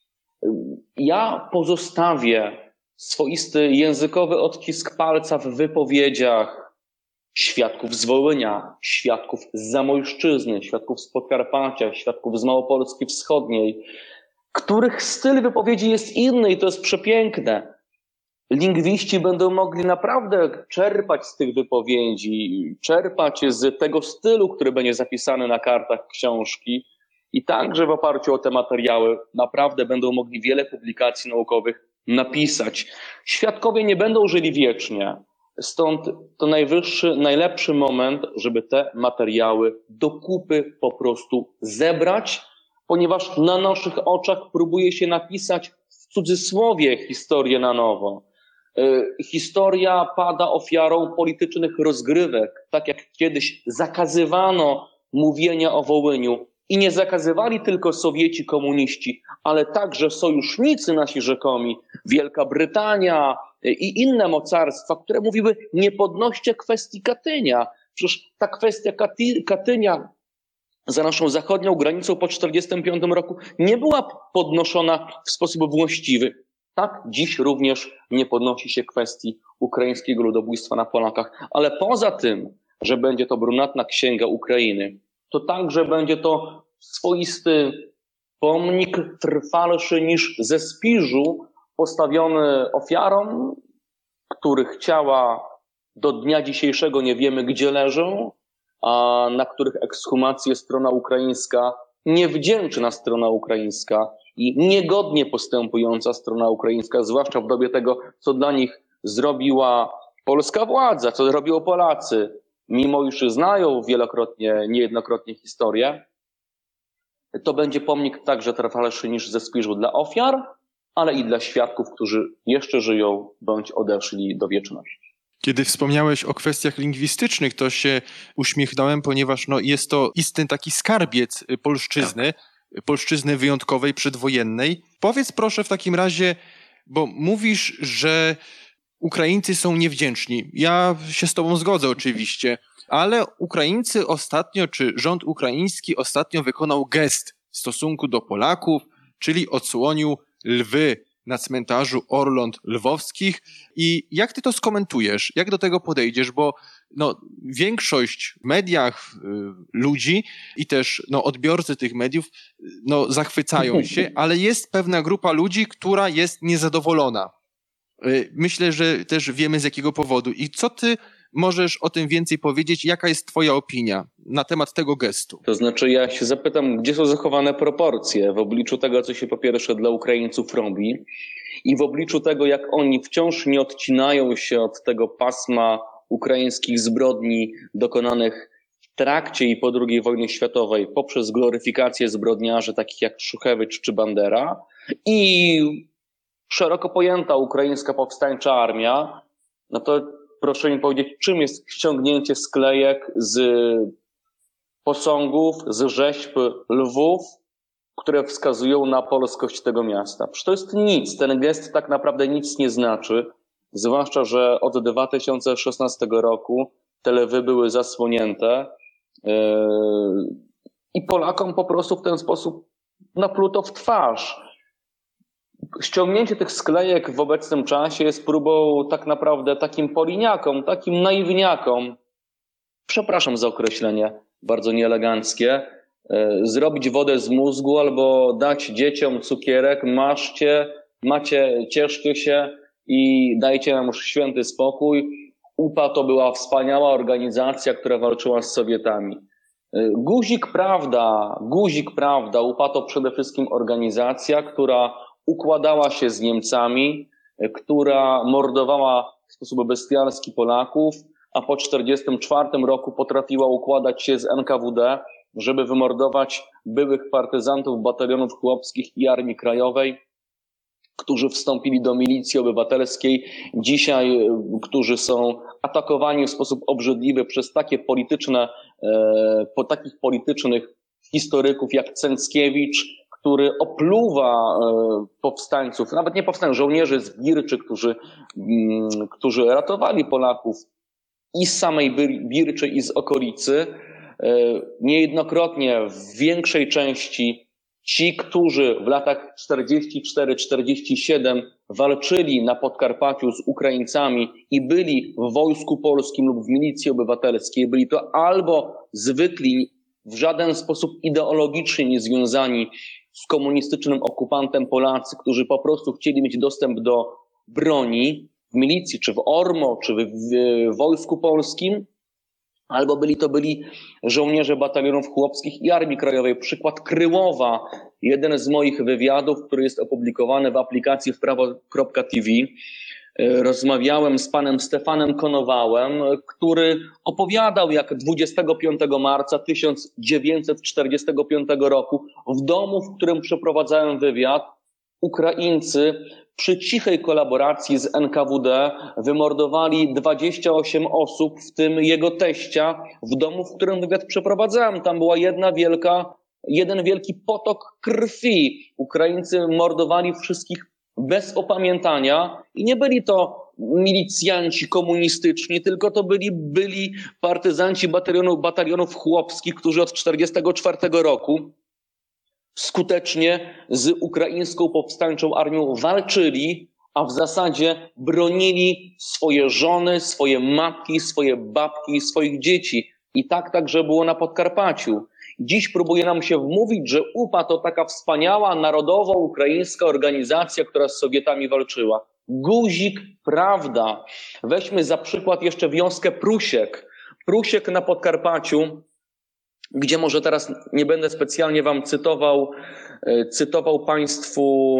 Ja pozostawię swoisty językowy odcisk palca w wypowiedziach świadków z Wołynia, świadków z Zamojszczyzny, świadków z Podkarpacia, świadków z Małopolski Wschodniej, których styl wypowiedzi jest inny i to jest przepiękne. Lingwiści będą mogli naprawdę czerpać z tych wypowiedzi, czerpać z tego stylu, który będzie zapisany na kartach książki i także w oparciu o te materiały naprawdę będą mogli wiele publikacji naukowych napisać. Świadkowie nie będą żyli wiecznie, stąd to najlepszy moment, żeby te materiały do kupy po prostu zebrać, ponieważ na naszych oczach próbuje się napisać w cudzysłowie historię na nowo. Historia pada ofiarą politycznych rozgrywek, tak jak kiedyś zakazywano mówienia o Wołyniu. I nie zakazywali tylko Sowieci komuniści, ale także sojusznicy nasi rzekomi, Wielka Brytania i inne mocarstwa, które mówiły, nie podnoście kwestii Katynia. Przecież ta kwestia Katynia za naszą zachodnią granicą po 1945 roku nie była podnoszona w sposób właściwy. Tak, dziś również nie podnosi się kwestii ukraińskiego ludobójstwa na Polakach. Ale poza tym, że będzie to brunatna księga Ukrainy, to także będzie to swoisty pomnik trwalszy niż ze Spiżu, postawiony ofiarom, których ciała do dnia dzisiejszego nie wiemy, gdzie leżą, a na których ekshumację strona ukraińska, niewdzięczna strona ukraińska i niegodnie postępująca strona ukraińska, zwłaszcza w dobie tego, co dla nich zrobiła polska władza, co zrobiło Polacy, mimo iż znają niejednokrotnie historię, to będzie pomnik także trwalszy niż ze Spiżu dla ofiar, ale i dla świadków, którzy jeszcze żyją bądź odeszli do wieczności. Kiedy wspomniałeś o kwestiach lingwistycznych, to się uśmiechnąłem, ponieważ jest to istny taki skarbiec polszczyzny, polszczyzny wyjątkowej, przedwojennej. Powiedz proszę w takim razie, bo mówisz, że Ukraińcy są niewdzięczni. Ja się z tobą zgodzę oczywiście, ale Ukraińcy ostatnio, czy rząd ukraiński ostatnio wykonał gest w stosunku do Polaków, czyli odsłonił lwy na cmentarzu Orląt Lwowskich. I jak ty to skomentujesz? Jak do tego podejdziesz? Bo większość w mediach ludzi i też odbiorcy tych mediów zachwycają się, ale jest pewna grupa ludzi, która jest niezadowolona. Myślę, że też wiemy z jakiego powodu. I co ty możesz o tym więcej powiedzieć? Jaka jest twoja opinia na temat tego gestu? To znaczy ja się zapytam, gdzie są zachowane proporcje w obliczu tego, co się po pierwsze dla Ukraińców robi i w obliczu tego, jak oni wciąż nie odcinają się od tego pasma ukraińskich zbrodni dokonanych w trakcie i po II wojnie światowej poprzez gloryfikację zbrodniarzy takich jak Szuchewicz czy Bandera i szeroko pojęta ukraińska powstańcza armia, to proszę mi powiedzieć, czym jest ściągnięcie sklejek z posągów, z rzeźb lwów, które wskazują na polskość tego miasta. Przecież to jest nic. Ten gest tak naprawdę nic nie znaczy, zwłaszcza, że od 2016 roku te lwy były zasłonięte i Polakom po prostu w ten sposób napluto w twarz. Ściągnięcie tych sklejek w obecnym czasie jest próbą tak naprawdę takim poliniakom, takim naiwniakom, przepraszam za określenie bardzo nieeleganckie, zrobić wodę z mózgu albo dać dzieciom cukierek, macie, cieszcie się i dajcie nam już święty spokój. UPA to była wspaniała organizacja, która walczyła z Sowietami. Guzik prawda, UPA to przede wszystkim organizacja, która układała się z Niemcami, która mordowała w sposób bestialski Polaków, a po 1944 roku potrafiła układać się z NKWD, żeby wymordować byłych partyzantów batalionów chłopskich i Armii Krajowej, którzy wstąpili do milicji obywatelskiej, dzisiaj, którzy są atakowani w sposób obrzydliwy przez takich politycznych historyków jak Cęckiewicz, który opluwa powstańców, nawet nie powstańców, żołnierzy z Birczy, którzy ratowali Polaków i z samej Birczy i z okolicy. Niejednokrotnie w większej części ci, którzy w latach 44-47 walczyli na Podkarpaciu z Ukraińcami i byli w Wojsku Polskim lub w Milicji Obywatelskiej, byli to albo zwykli, w żaden sposób ideologicznie niezwiązani z komunistycznym okupantem Polacy, którzy po prostu chcieli mieć dostęp do broni w milicji, czy w ORMO, czy w Wojsku Polskim, albo byli żołnierze batalionów chłopskich i Armii Krajowej. Przykład Kryłowa, jeden z moich wywiadów, który jest opublikowany w aplikacji wprawo.tv. Rozmawiałem z panem Stefanem Konowałem, który opowiadał, jak 25 marca 1945 roku w domu, w którym przeprowadzałem wywiad, Ukraińcy przy cichej kolaboracji z NKWD wymordowali 28 osób, w tym jego teścia, w domu, w którym wywiad przeprowadzałem. Tam była jeden wielki potok krwi. Ukraińcy mordowali wszystkich bez opamiętania i nie byli to milicjanci komunistyczni, tylko to byli partyzanci batalionów chłopskich, którzy od 1944 roku skutecznie z ukraińską powstańczą armią walczyli, a w zasadzie bronili swoje żony, swoje matki, swoje babki i swoich dzieci. I tak także było na Podkarpaciu. Dziś próbuje nam się wmówić, że UPA to taka wspaniała, narodowa, ukraińska organizacja, która z Sowietami walczyła. Guzik, prawda. Weźmy za przykład jeszcze wioskę Prusiek. Prusiek na Podkarpaciu, gdzie może teraz nie będę specjalnie wam cytował państwu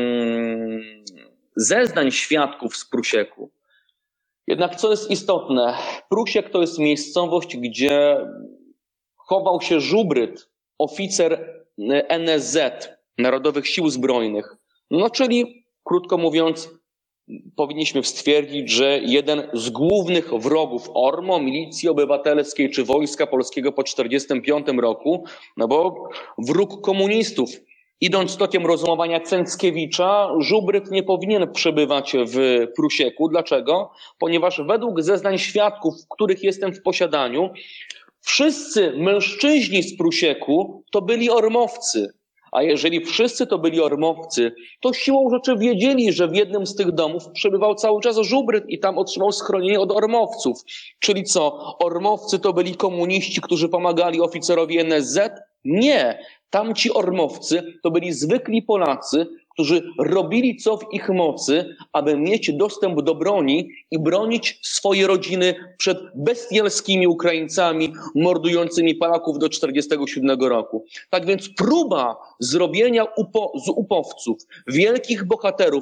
zeznań świadków z Prusieku. Jednak co jest istotne, Prusiek to jest miejscowość, gdzie chował się Żubryd, oficer NSZ, Narodowych Sił Zbrojnych. Czyli, krótko mówiąc, powinniśmy stwierdzić, że jeden z głównych wrogów ORMO, Milicji Obywatelskiej czy Wojska Polskiego po 1945 roku, no bo wróg komunistów, idąc tokiem rozumowania Cęckiewicza, Żubryk nie powinien przebywać w Prusieku. Dlaczego? Ponieważ według zeznań świadków, których jestem w posiadaniu, wszyscy mężczyźni z Prusieku to byli ormowcy. A jeżeli wszyscy to byli ormowcy, to siłą rzeczy wiedzieli, że w jednym z tych domów przebywał cały czas Żubryk i tam otrzymał schronienie od ormowców. Czyli co, ormowcy to byli komuniści, którzy pomagali oficerowi NSZ? Nie. Tamci ormowcy to byli zwykli Polacy, którzy robili co w ich mocy, aby mieć dostęp do broni i bronić swoje rodziny przed bestialskimi Ukraińcami mordującymi Polaków do 1947 roku. Tak więc próba zrobienia z upowców wielkich bohaterów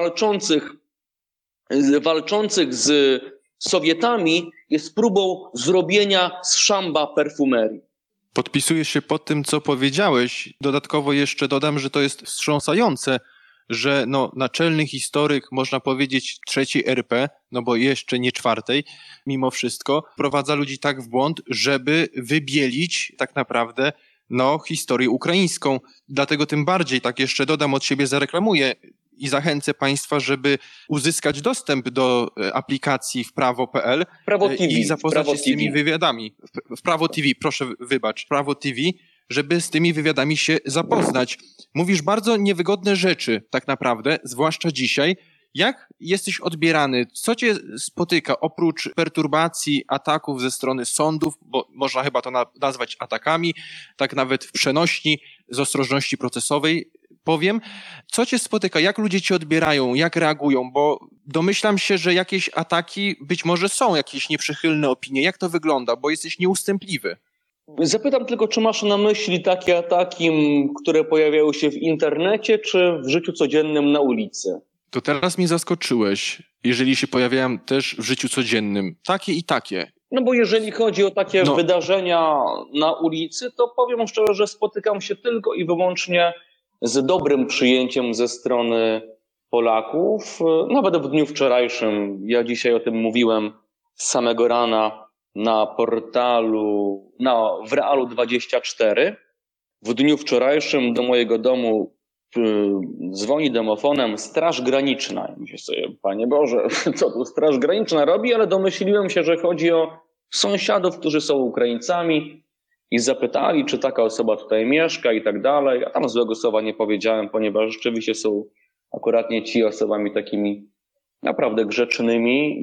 walczących z Sowietami jest próbą zrobienia z szamba perfumerii. Podpisuję się pod tym, co powiedziałeś. Dodatkowo jeszcze dodam, że to jest wstrząsające, że naczelny historyk, można powiedzieć, III RP, bo jeszcze nie czwartej, mimo wszystko, wprowadza ludzi tak w błąd, żeby wybielić tak naprawdę historię ukraińską. Dlatego tym bardziej, tak jeszcze dodam od siebie, zareklamuję i zachęcę Państwa, żeby uzyskać dostęp do aplikacji wprawo.pl i zapoznać się z tymi wywiadami. Wprawo TV, proszę wybacz, Wprawo TV, żeby z tymi wywiadami się zapoznać. Mówisz bardzo niewygodne rzeczy tak naprawdę, zwłaszcza dzisiaj. Jak jesteś odbierany? Co cię spotyka oprócz perturbacji, ataków ze strony sądów, bo można chyba to nazwać atakami, tak nawet w przenośni, z ostrożności procesowej powiem. Co cię spotyka? Jak ludzie cię odbierają? Jak reagują? Bo domyślam się, że jakieś ataki, być może są jakieś nieprzychylne opinie. Jak to wygląda? Bo jesteś nieustępliwy. Zapytam tylko, czy masz na myśli takie ataki, które pojawiają się w internecie, czy w życiu codziennym na ulicy? To teraz mnie zaskoczyłeś, jeżeli się pojawiają też w życiu codziennym. Takie i takie. No bo jeżeli chodzi o takie wydarzenia na ulicy, to powiem szczerze, że spotykam się tylko i wyłącznie z dobrym przyjęciem ze strony Polaków. Nawet w dniu wczorajszym, ja dzisiaj o tym mówiłem z samego rana na portalu, w Realu24. W dniu wczorajszym do mojego domu dzwoni domofonem Straż Graniczna. I myślę sobie, Panie Boże, co tu Straż Graniczna robi? Ale domyśliłem się, że chodzi o sąsiadów, którzy są Ukraińcami i zapytali, czy taka osoba tutaj mieszka i tak dalej. Ja tam złego słowa nie powiedziałem, ponieważ rzeczywiście są akuratnie ci osobami takimi naprawdę grzecznymi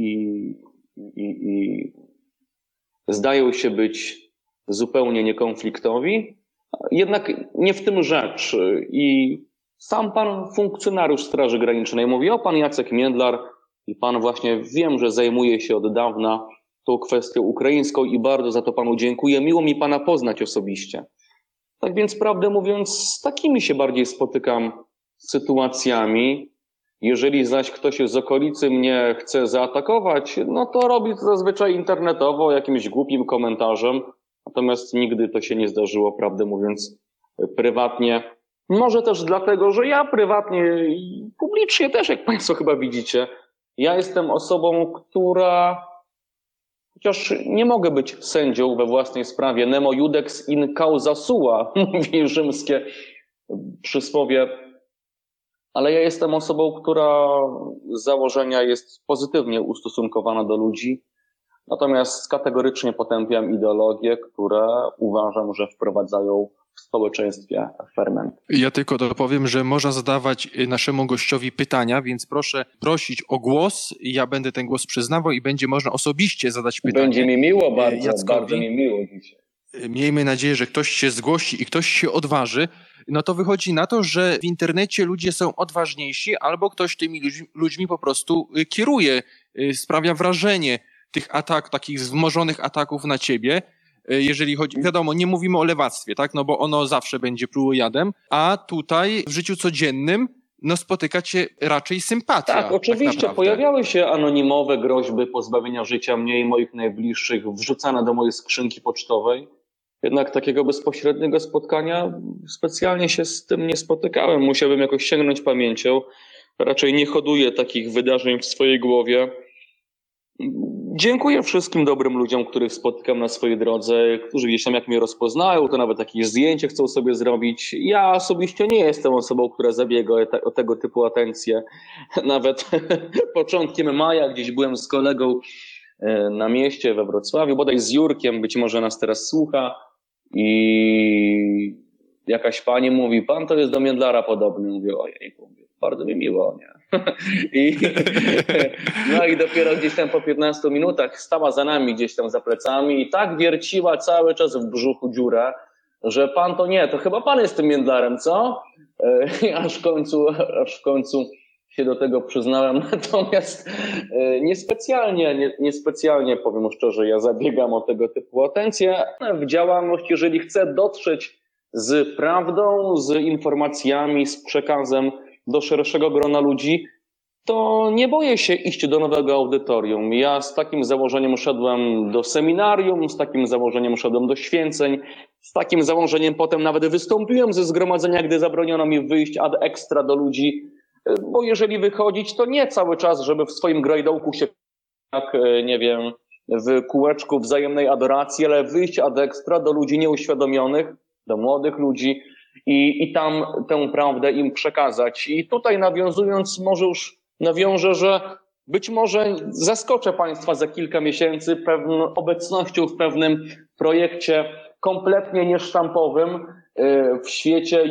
i zdają się być zupełnie niekonfliktowi. Jednak nie w tym rzecz. I sam pan funkcjonariusz Straży Granicznej mówi, pan Jacek Międlar i pan właśnie wiem, że zajmuje się od dawna tą kwestią ukraińską i bardzo za to panu dziękuję. Miło mi pana poznać osobiście. Tak więc prawdę mówiąc, z takimi się bardziej spotykam sytuacjami. Jeżeli zaś ktoś z okolicy mnie chce zaatakować, to robi to zazwyczaj internetowo, jakimś głupim komentarzem. Natomiast nigdy to się nie zdarzyło, prawdę mówiąc, prywatnie. Może też dlatego, że ja prywatnie i publicznie też, jak Państwo chyba widzicie, ja jestem osobą, która, chociaż nie mogę być sędzią we własnej sprawie, nemo iudex in causa sua, mówi rzymskie przysłowie, ale ja jestem osobą, która z założenia jest pozytywnie ustosunkowana do ludzi. Natomiast kategorycznie potępiam ideologie, które uważam, że wprowadzają w społeczeństwie ferment. Ja tylko dopowiem, że można zadawać naszemu gościowi pytania, więc proszę prosić o głos. Ja będę ten głos przyznawał i będzie można osobiście zadać pytanie. Będzie mi miło bardzo mi miło dzisiaj. Miejmy nadzieję, że ktoś się zgłosi i ktoś się odważy. To wychodzi na to, że w internecie ludzie są odważniejsi albo ktoś tymi ludźmi po prostu kieruje, sprawia wrażenie tych takich wzmożonych ataków na ciebie, jeżeli chodzi, wiadomo, nie mówimy o lewactwie, tak, bo ono zawsze będzie próbojadem, a tutaj w życiu codziennym, spotyka cię raczej sympatia. Tak, oczywiście, pojawiały się anonimowe groźby pozbawienia życia mnie i moich najbliższych, wrzucane do mojej skrzynki pocztowej. Jednak takiego bezpośredniego spotkania specjalnie się z tym nie spotykałem. Musiałbym jakoś sięgnąć pamięcią. raczej nie hoduję takich wydarzeń w swojej głowie. Dziękuję wszystkim dobrym ludziom, których spotykam na swojej drodze, którzy gdzieś tam jak mnie rozpoznają, to nawet jakieś zdjęcie chcą sobie zrobić. Ja osobiście nie jestem osobą, która zabiega o tego typu atencje. Nawet początkiem maja gdzieś byłem z kolegą na mieście we Wrocławiu, bodaj z Jurkiem, być może nas teraz słucha, i jakaś pani mówi, pan to jest do Międlara podobny. Mówię, ojej, bardzo mi miło, nie? No i dopiero gdzieś tam po 15 minutach stała za nami gdzieś tam za plecami i tak wierciła cały czas w brzuchu dziurę, że pan to nie, to chyba pan jest tym Międlarem, co? Aż w końcu się do tego przyznałem, natomiast niespecjalnie, powiem szczerze, ja zabiegam o tego typu atencje w działalność, jeżeli chcę dotrzeć z prawdą, z informacjami, z przekazem do szerszego grona ludzi, to nie boję się iść do nowego audytorium. Ja z takim założeniem szedłem do seminarium, z takim założeniem szedłem do święceń, z takim założeniem potem nawet wystąpiłem ze zgromadzenia, gdy zabroniono mi wyjść ad extra do ludzi, bo jeżeli wychodzić, to nie cały czas, żeby w swoim grajdołku się, jak nie wiem, w kółeczku wzajemnej adoracji, ale wyjść ad extra do ludzi nieuświadomionych, do młodych ludzi i tam tę prawdę im przekazać. I tutaj nawiązując, może już nawiążę, że być może zaskoczę Państwa za kilka miesięcy pewną obecnością w pewnym projekcie kompletnie niesztampowym w świecie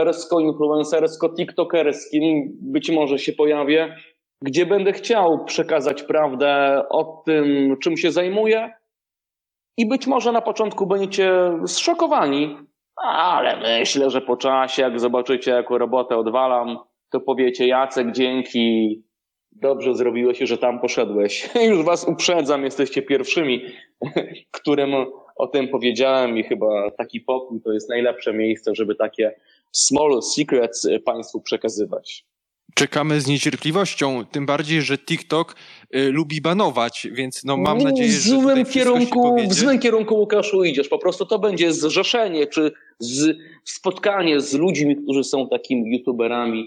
youtubersko-influencersko-tiktokerskim. Być może się pojawię, gdzie będę chciał przekazać prawdę o tym, czym się zajmuję, i być może na początku będziecie zszokowani, ale myślę, że po czasie, jak zobaczycie, jaką robotę odwalam, to powiecie, Jacek, dzięki, dobrze zrobiłeś, że tam poszedłeś. Już was uprzedzam, jesteście pierwszymi, którym o tym powiedziałem, i chyba taki pokój to jest najlepsze miejsce, żeby takie small secrets Państwu przekazywać. Czekamy z niecierpliwością, tym bardziej, że TikTok lubi banować, więc no mam nadzieję, że w złym kierunku, Łukaszu, idziesz. Po prostu to będzie zrzeszenie, czy spotkanie z ludźmi, którzy są takimi youtuberami,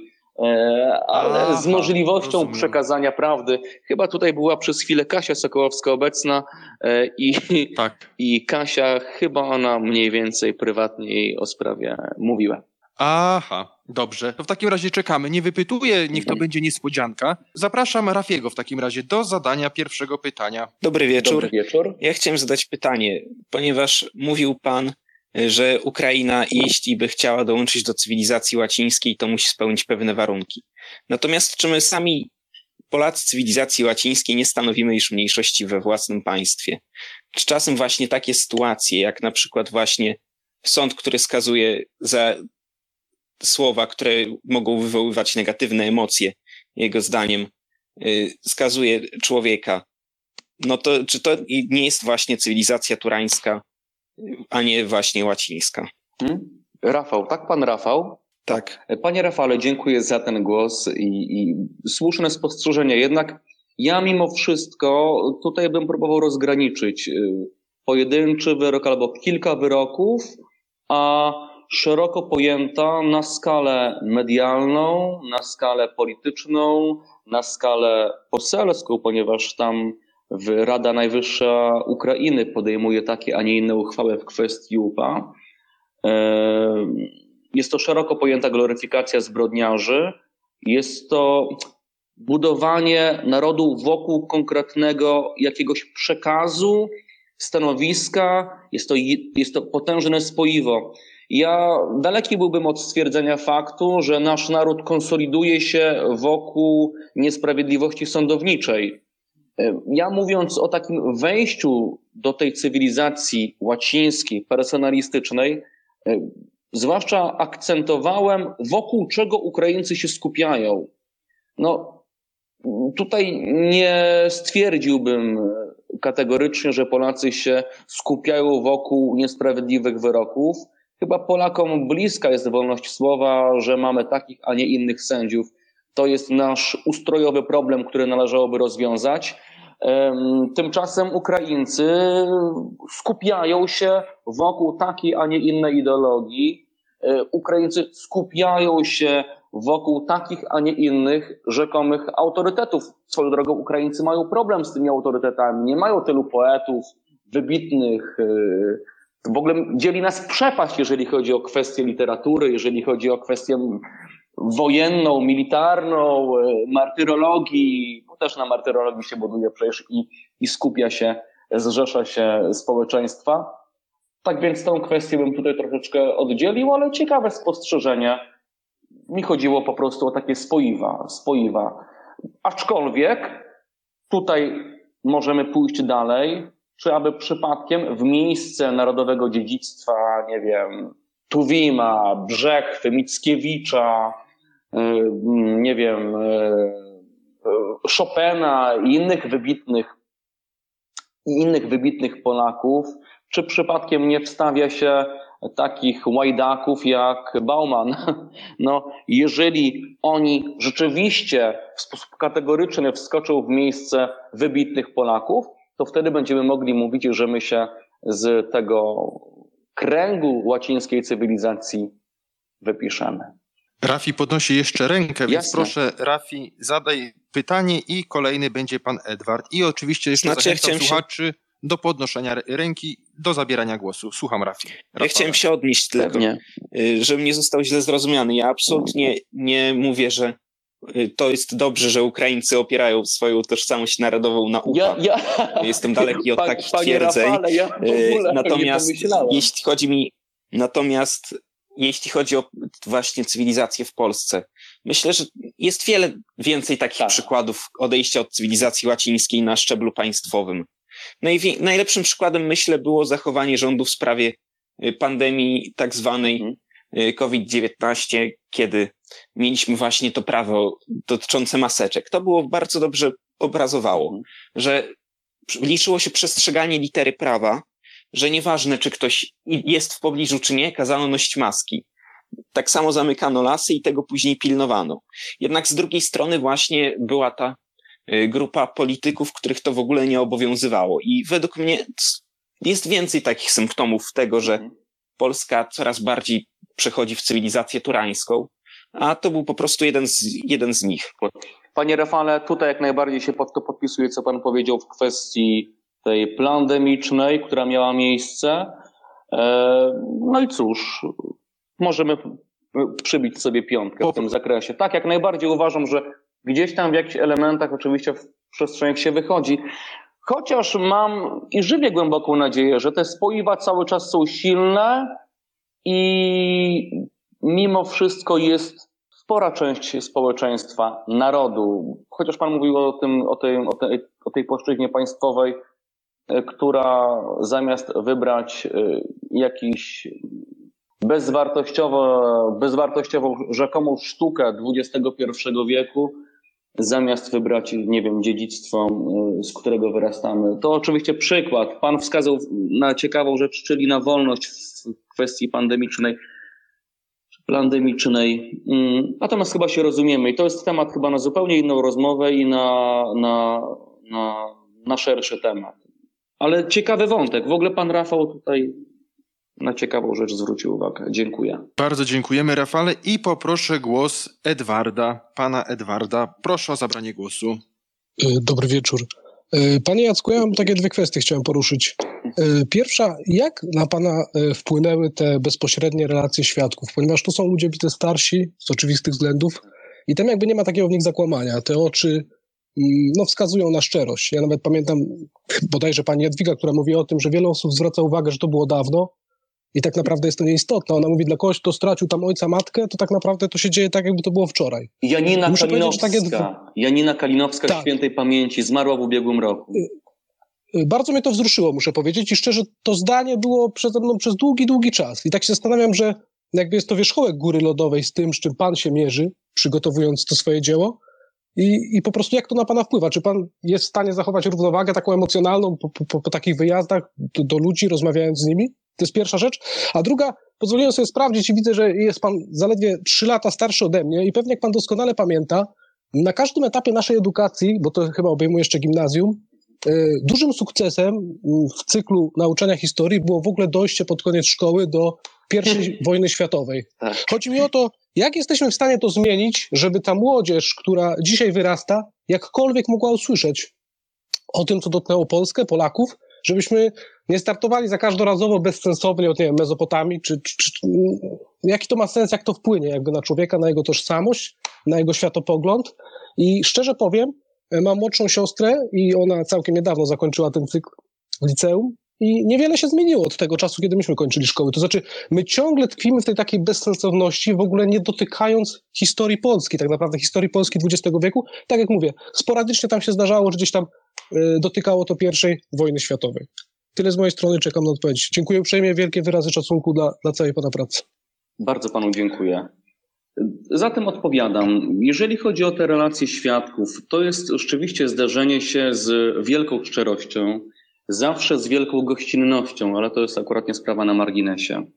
ale z możliwością przekazania prawdy. Chyba tutaj była przez chwilę Kasia Sokołowska obecna i Kasia, chyba ona mniej więcej prywatnie o sprawie mówiła. Aha, dobrze. To w takim razie czekamy. Nie wypytuję, niech to będzie niespodzianka. Zapraszam Rafiego w takim razie do zadania pierwszego pytania. Dobry wieczór. Dobry wieczór. Ja chciałem zadać pytanie, ponieważ mówił pan, że Ukraina, jeśli by chciała dołączyć do cywilizacji łacińskiej, to musi spełnić pewne warunki. Natomiast czy my sami, Polacy cywilizacji łacińskiej, nie stanowimy już mniejszości we własnym państwie? Czy czasem właśnie takie sytuacje, jak na przykład właśnie sąd, który skazuje za słowa, które mogą wywoływać negatywne emocje, jego zdaniem, skazuje człowieka, no to czy to nie jest właśnie cywilizacja turańska, a nie właśnie łacińska? Rafał, tak? Pan Rafał? Tak. Panie Rafale, dziękuję za ten głos i słuszne spostrzeżenie. Jednak ja mimo wszystko tutaj bym próbował rozgraniczyć pojedynczy wyrok albo kilka wyroków, a szeroko pojęta na skalę medialną, na skalę polityczną, na skalę poselską, ponieważ tam Rada Najwyższa Ukrainy podejmuje takie, a nie inne uchwały w kwestii UPA. Jest to szeroko pojęta gloryfikacja zbrodniarzy. Jest to budowanie narodu wokół konkretnego jakiegoś przekazu, stanowiska. Jest to potężne spoiwo. Ja daleki byłbym od stwierdzenia faktu, że nasz naród konsoliduje się wokół niesprawiedliwości sądowniczej. Ja mówiąc o takim wejściu do tej cywilizacji łacińskiej, personalistycznej, zwłaszcza akcentowałem, wokół czego Ukraińcy się skupiają. No, tutaj nie stwierdziłbym kategorycznie, że Polacy się skupiają wokół niesprawiedliwych wyroków. Chyba Polakom bliska jest wolność słowa, że mamy takich, a nie innych sędziów. To jest nasz ustrojowy problem, który należałoby rozwiązać. Tymczasem Ukraińcy skupiają się wokół takiej, a nie innej ideologii. Ukraińcy skupiają się wokół takich, a nie innych rzekomych autorytetów. Swoją drogą Ukraińcy mają problem z tymi autorytetami. Nie mają tylu poetów, wybitnych. W ogóle dzieli nas przepaść, jeżeli chodzi o kwestie literatury, jeżeli chodzi o kwestię wojenną, militarną, martyrologii, bo też na martyrologii się buduje przecież i skupia się, zrzesza się społeczeństwa. Tak więc tą kwestię bym tutaj troszeczkę oddzielił, ale ciekawe spostrzeżenie. Mi chodziło po prostu o takie spoiwa. Aczkolwiek tutaj możemy pójść dalej, czy aby przypadkiem w miejsce narodowego dziedzictwa, nie wiem, Tuwima, Brzechwy, Mickiewicza, nie wiem, Chopina i innych wybitnych Polaków, czy przypadkiem nie wstawia się takich łajdaków jak Bauman? No, jeżeli oni rzeczywiście w sposób kategoryczny wskoczą w miejsce wybitnych Polaków, to wtedy będziemy mogli mówić, że my się z tego kręgu łacińskiej cywilizacji wypiszemy. Rafi podnosi jeszcze rękę, więc Jasne. proszę, Rafi, zadaj pytanie i kolejny będzie pan Edward. I oczywiście jeszcze zachęcam słuchaczy do podnoszenia ręki, do zabierania głosu. Słucham, Rafi. Ja chciałem się odnieść tylko, Pewnie. żebym nie został źle zrozumiany. Ja absolutnie nie mówię, że to jest dobrze, że Ukraińcy opierają swoją tożsamość narodową na UPA. Jestem daleki od takich twierdzeń. Rafale, ja w ogóle Natomiast nie pomyślałem. jeśli chodzi o właśnie cywilizację w Polsce, myślę, że jest wiele więcej takich przykładów odejścia od cywilizacji łacińskiej na szczeblu państwowym. Najlepszym przykładem, myślę, było zachowanie rządu w sprawie pandemii tak zwanej COVID-19, kiedy mieliśmy właśnie to prawo dotyczące maseczek. To było bardzo dobrze obrazowało, że liczyło się przestrzeganie litery prawa, że nieważne, czy ktoś jest w pobliżu, czy nie, kazano nosić maski. Tak samo zamykano lasy i tego później pilnowano. Jednak z drugiej strony właśnie była ta grupa polityków, których to w ogóle nie obowiązywało. I według mnie jest więcej takich symptomów tego, że Polska coraz bardziej przechodzi w cywilizację turańską, a to był po prostu jeden z nich. Panie Rafale, tutaj jak najbardziej się pod to podpisuję, co pan powiedział w kwestii tej pandemicznej, która miała miejsce. No i cóż, możemy przybić sobie piątkę w tym zakresie. Tak, jak najbardziej uważam, że gdzieś tam w jakichś elementach oczywiście w przestrzeniach się wychodzi. Chociaż mam i żywię głęboką nadzieję, że te spoiwa cały czas są silne i mimo wszystko jest spora część społeczeństwa, narodu, chociaż pan mówił o tej płaszczyźnie państwowej, która zamiast wybrać jakiś bezwartościową rzekomą sztukę XXI wieku, zamiast wybrać, nie wiem, dziedzictwo, z którego wyrastamy. To oczywiście przykład. Pan wskazał na ciekawą rzecz, czyli na wolność w kwestii pandemicznej. Natomiast chyba się rozumiemy i to jest temat chyba na zupełnie inną rozmowę i na szerszy temat. Ale ciekawy wątek. W ogóle pan Rafał tutaj na ciekawą rzecz zwrócił uwagę. Dziękuję. Bardzo dziękujemy, Rafale, i poproszę głos Edwarda, pana Edwarda. Proszę o zabranie głosu. Dobry wieczór. Panie Jacku, ja mam takie dwie kwestie chciałem poruszyć. Pierwsza, jak na pana wpłynęły te bezpośrednie relacje świadków? Ponieważ tu są ludzie widzę starsi z oczywistych względów i tam jakby nie ma takiego w nich zakłamania. Te oczy wskazują na szczerość. Ja nawet pamiętam bodajże pani Jadwiga, która mówi o tym, że wiele osób zwraca uwagę, że to było dawno i tak naprawdę jest to nieistotne. Ona mówi, dla kogoś, kto stracił tam ojca, matkę, to tak naprawdę to się dzieje tak, jakby to było wczoraj. Janina Kalinowska tak. Świętej pamięci zmarła w ubiegłym roku. Bardzo mnie to wzruszyło, muszę powiedzieć, i szczerze to zdanie było przede mną przez długi, długi czas. I tak się zastanawiam, że jakby jest to wierzchołek góry lodowej z tym, z czym pan się mierzy, przygotowując to swoje dzieło. I po prostu jak to na pana wpływa? Czy pan jest w stanie zachować równowagę taką emocjonalną po takich wyjazdach do ludzi, rozmawiając z nimi? To jest pierwsza rzecz. A druga, pozwoliłem sobie sprawdzić i widzę, że jest pan zaledwie 3 lata starszy ode mnie i pewnie jak pan doskonale pamięta, na każdym etapie naszej edukacji, bo to chyba obejmuje jeszcze gimnazjum, dużym sukcesem w cyklu nauczania historii było w ogóle dojście pod koniec szkoły do I wojny światowej. Tak. Chodzi mi o to, Jak jesteśmy w stanie to zmienić, żeby ta młodzież, która dzisiaj wyrasta, jakkolwiek mogła usłyszeć o tym, co dotknęło Polskę, Polaków, żebyśmy nie startowali za każdorazowo bezsensownie od, nie wiem, Mezopotamii, czy jaki to ma sens, jak to wpłynie jakby na człowieka, na jego tożsamość, na jego światopogląd. I szczerze powiem, mam młodszą siostrę i ona całkiem niedawno zakończyła ten cykl w liceum i niewiele się zmieniło od tego czasu, kiedy myśmy kończyli szkoły. To znaczy, my ciągle tkwimy w tej takiej bezsensowności, w ogóle nie dotykając historii Polski, tak naprawdę historii Polski XX wieku. Tak jak mówię, sporadycznie tam się zdarzało, że gdzieś tam dotykało to I wojny światowej. Tyle z mojej strony, czekam na odpowiedź. Dziękuję uprzejmie, wielkie wyrazy szacunku dla całej pana pracy. Bardzo panu dziękuję. Zatem odpowiadam. Jeżeli chodzi o te relacje świadków, to jest rzeczywiście zdarzenie się z wielką szczerością, zawsze z wielką gościnnością, ale to jest akurat nie sprawa na marginesie.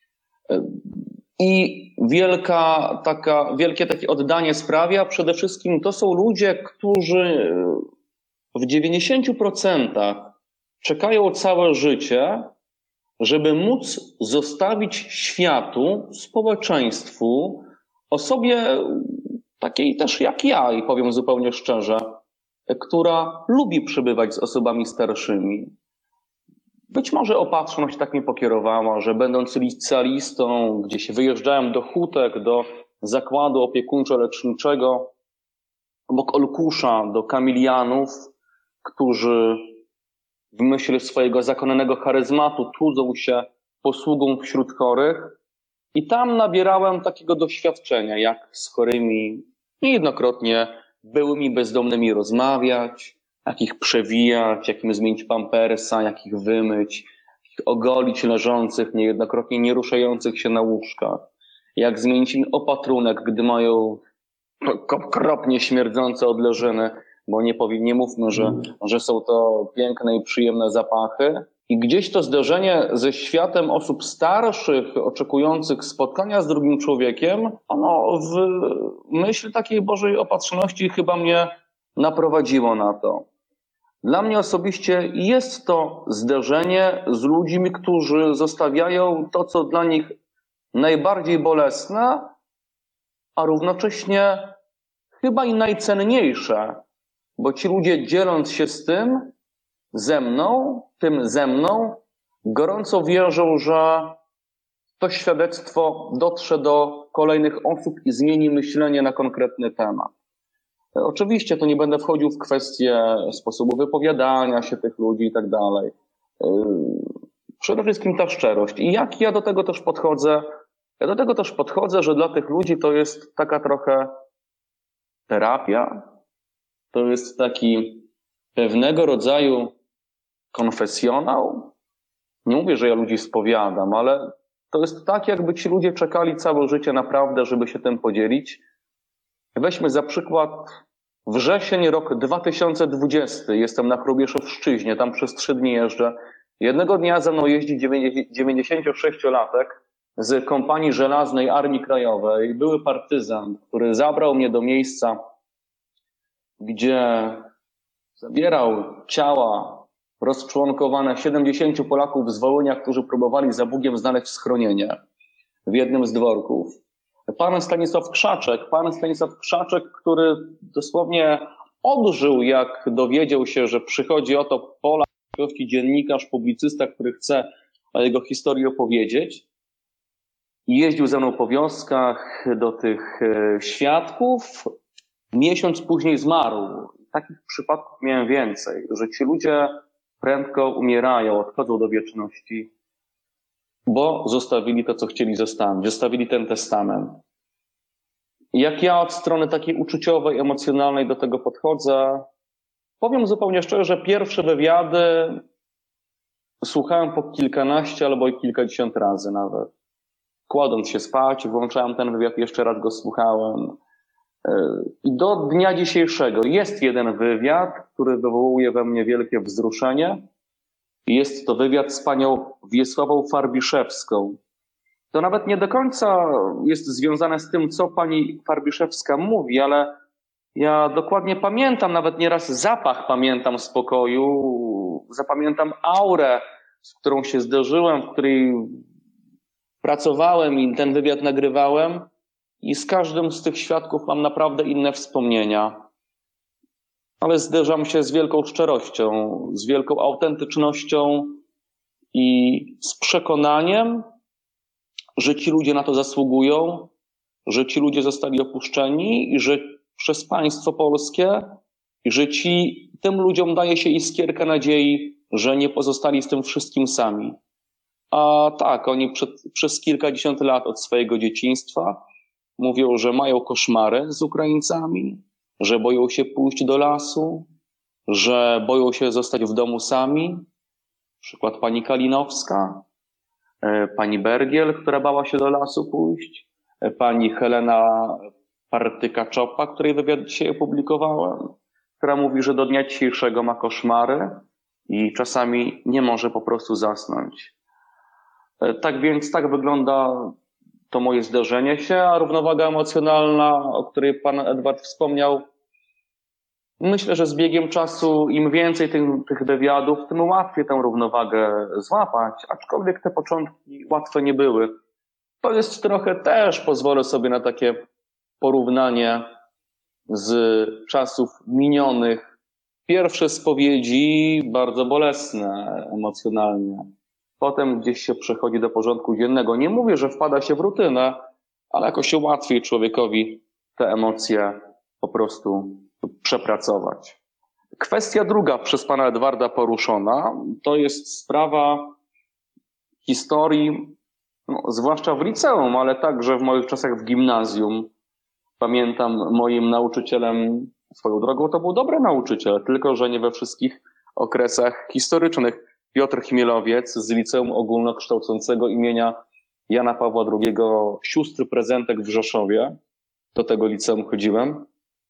I wielkie takie oddanie sprawia. Przede wszystkim to są ludzie, którzy w 90% czekają całe życie, żeby móc zostawić światu, społeczeństwu, osobie takiej też jak ja, i powiem zupełnie szczerze, która lubi przebywać z osobami starszymi. Być może opatrzność tak mnie pokierowała, że będąc licealistą, gdzieś wyjeżdżałem do hutek, do zakładu opiekuńczo-leczniczego, obok Olkusza, do Kamilianów, którzy w myśl swojego zakonanego charyzmatu trudzą się posługą wśród chorych. I tam nabierałem takiego doświadczenia, jak z chorymi niejednokrotnie byłymi bezdomnymi rozmawiać, jak ich przewijać, jak im zmienić pampersa, jak ich wymyć, jak ich ogolić leżących, niejednokrotnie nie ruszających się na łóżkach, jak zmienić im opatrunek, gdy mają okropnie śmierdzące odleżyny, bo nie mówmy, że są to piękne i przyjemne zapachy. I gdzieś to zderzenie ze światem osób starszych, oczekujących spotkania z drugim człowiekiem, ono w myśl takiej Bożej opatrzności chyba mnie naprowadziło na to. Dla mnie osobiście jest to zderzenie z ludźmi, którzy zostawiają to, co dla nich najbardziej bolesne, a równocześnie chyba i najcenniejsze, bo ci ludzie, dzieląc się z tym ze mną, gorąco wierzą, że to świadectwo dotrze do kolejnych osób i zmieni myślenie na konkretny temat. Oczywiście to nie będę wchodził w kwestię sposobu wypowiadania się tych ludzi i tak dalej. Przede wszystkim ta szczerość. I jak ja do tego też podchodzę? Ja do tego też podchodzę, że dla tych ludzi to jest taka trochę terapia. To jest taki pewnego rodzaju konfesjonał. Nie mówię, że ja ludzi spowiadam, ale to jest tak, jakby ci ludzie czekali całe życie naprawdę, żeby się tym podzielić. Weźmy za przykład wrzesień, rok 2020. Jestem na Hrubieszowszczyźnie, tam przez 3 dni jeżdżę. Jednego dnia ze mną jeździ 96-latek z kompanii żelaznej Armii Krajowej. Były partyzant, który zabrał mnie do miejsca, gdzie zabierał ciała rozczłonkowane 70 Polaków z Wołynia, którzy próbowali za Bugiem znaleźć schronienie w jednym z dworków. Pan Stanisław Krzaczek, który dosłownie odżył, jak dowiedział się, że przychodzi oto Polak, dziennikarz, publicysta, który chce o jego historii opowiedzieć. Jeździł ze mną po wioskach do tych świadków. Miesiąc później zmarł. Takich przypadków miałem więcej, że ci ludzie prędko umierają, odchodzą do wieczności, bo zostawili to, co chcieli zostawić. Zostawili ten testament. Jak ja od strony takiej uczuciowej, emocjonalnej do tego podchodzę, powiem zupełnie szczerze, że pierwsze wywiady słuchałem po kilkanaście albo i kilkadziesiąt razy nawet. Kładąc się spać, włączałem ten wywiad, jeszcze raz go słuchałem. I do dnia dzisiejszego jest jeden wywiad, który wywołuje we mnie wielkie wzruszenie. Jest to wywiad z panią Wiesławą Farbiszewską. To nawet nie do końca jest związane z tym, co pani Farbiszewska mówi, ale ja dokładnie pamiętam, nawet nieraz zapach pamiętam z pokoju, zapamiętam aurę, z którą się zderzyłem, w której pracowałem i ten wywiad nagrywałem. i z każdym z tych świadków mam naprawdę inne wspomnienia. Ale zderzam się z wielką szczerością, z wielką autentycznością i z przekonaniem, że ci ludzie na to zasługują, że ci ludzie zostali opuszczeni i że przez państwo polskie, i że tym ludziom daje się iskierkę nadziei, że nie pozostali z tym wszystkim sami. A tak, oni przez kilkadziesiąt lat od swojego dzieciństwa mówią, że mają koszmary z Ukraińcami, że boją się pójść do lasu, że boją się zostać w domu sami. Przykład pani Kalinowska, pani Bergiel, która bała się do lasu pójść, pani Helena Partyka-Czopa, której wywiad dzisiaj opublikowałem, która mówi, że do dnia dzisiejszego ma koszmary i czasami nie może po prostu zasnąć. Tak więc tak wygląda to moje zderzenie się, a równowaga emocjonalna, o której pan Edward wspomniał, myślę, że z biegiem czasu im więcej tych wywiadów, tym łatwiej tę równowagę złapać, aczkolwiek te początki łatwe nie były. To jest trochę też, pozwolę sobie na takie porównanie z czasów minionych. Pierwsze spowiedzi bardzo bolesne emocjonalnie. Potem gdzieś się przechodzi do porządku dziennego. Nie mówię, że wpada się w rutynę, ale jakoś łatwiej człowiekowi te emocje po prostu przepracować. Kwestia druga przez pana Edwarda poruszona, to jest sprawa historii, zwłaszcza w liceum, ale także w moich czasach w gimnazjum. Pamiętam, moim nauczycielem, swoją drogą to był dobry nauczyciel, tylko że nie we wszystkich okresach historycznych. Piotr Chmielowiec z Liceum Ogólnokształcącego imienia Jana Pawła II, sióstr Prezentek w Rzeszowie. Do tego liceum chodziłem.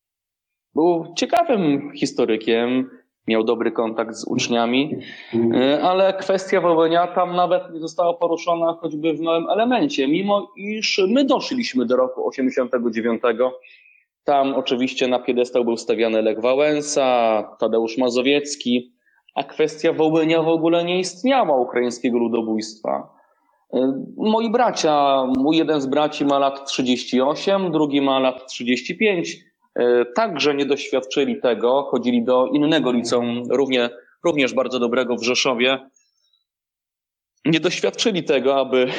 Był ciekawym historykiem, miał dobry kontakt z uczniami, ale kwestia Wołynia tam nawet nie została poruszona choćby w małym elemencie, mimo iż my doszliśmy do roku 89. Tam oczywiście na piedestał był stawiany Lech Wałęsa, Tadeusz Mazowiecki, a kwestia Wołynia w ogóle nie istniała, ukraińskiego ludobójstwa. Moi bracia, jeden z braci ma lat 38, drugi ma lat 35, także nie doświadczyli tego, chodzili do innego liceum, również bardzo dobrego w Rzeszowie. Nie doświadczyli tego,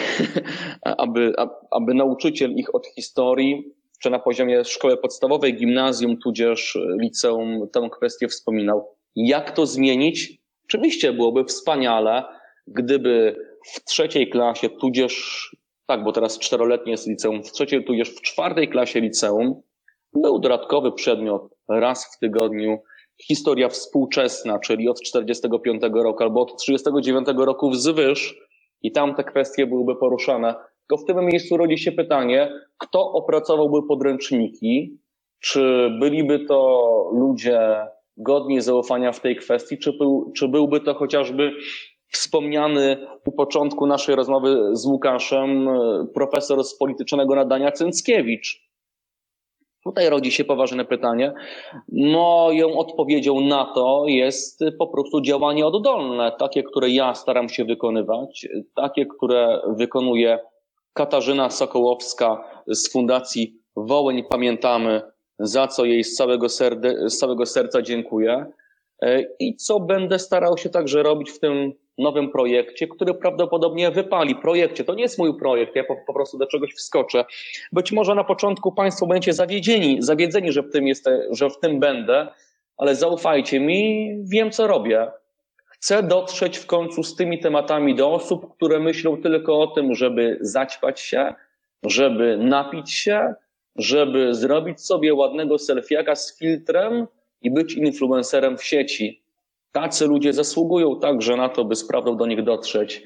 aby nauczyciel ich od historii, czy na poziomie szkoły podstawowej, gimnazjum, tudzież liceum, tę kwestię wspominał. Jak to zmienić? Oczywiście byłoby wspaniale, gdyby w trzeciej klasie, tudzież, tak, bo teraz 4-letnie jest liceum, w trzeciej, tudzież w 4. klasie liceum, był dodatkowy przedmiot raz w tygodniu, historia współczesna, czyli od 45 roku albo od 39 roku wzwyż, i tam te kwestie byłyby poruszane. Tylko w tym miejscu rodzi się pytanie, kto opracowałby podręczniki, czy byliby to ludzie godni zaufania w tej kwestii, czy byłby to chociażby wspomniany u początku naszej rozmowy z Łukaszem profesor z politycznego nadania Cęckiewicz. Tutaj rodzi się poważne pytanie. Moją odpowiedzią na to jest po prostu działanie oddolne, takie, które ja staram się wykonywać, takie, które wykonuje Katarzyna Sokołowska z Fundacji Wołyń Pamiętamy, za co jej z całego serca dziękuję, i co będę starał się także robić w tym nowym projekcie, który prawdopodobnie wypali. Projekcie, to nie jest mój projekt, ja po prostu do czegoś wskoczę. Być może na początku państwo będziecie zawiedzeni, że w tym będę, ale zaufajcie mi, wiem co robię. Chcę dotrzeć w końcu z tymi tematami do osób, które myślą tylko o tym, żeby zaćpać się, żeby napić się, żeby zrobić sobie ładnego selfiaka z filtrem i być influencerem w sieci. Tacy ludzie zasługują także na to, by z prawdą do nich dotrzeć.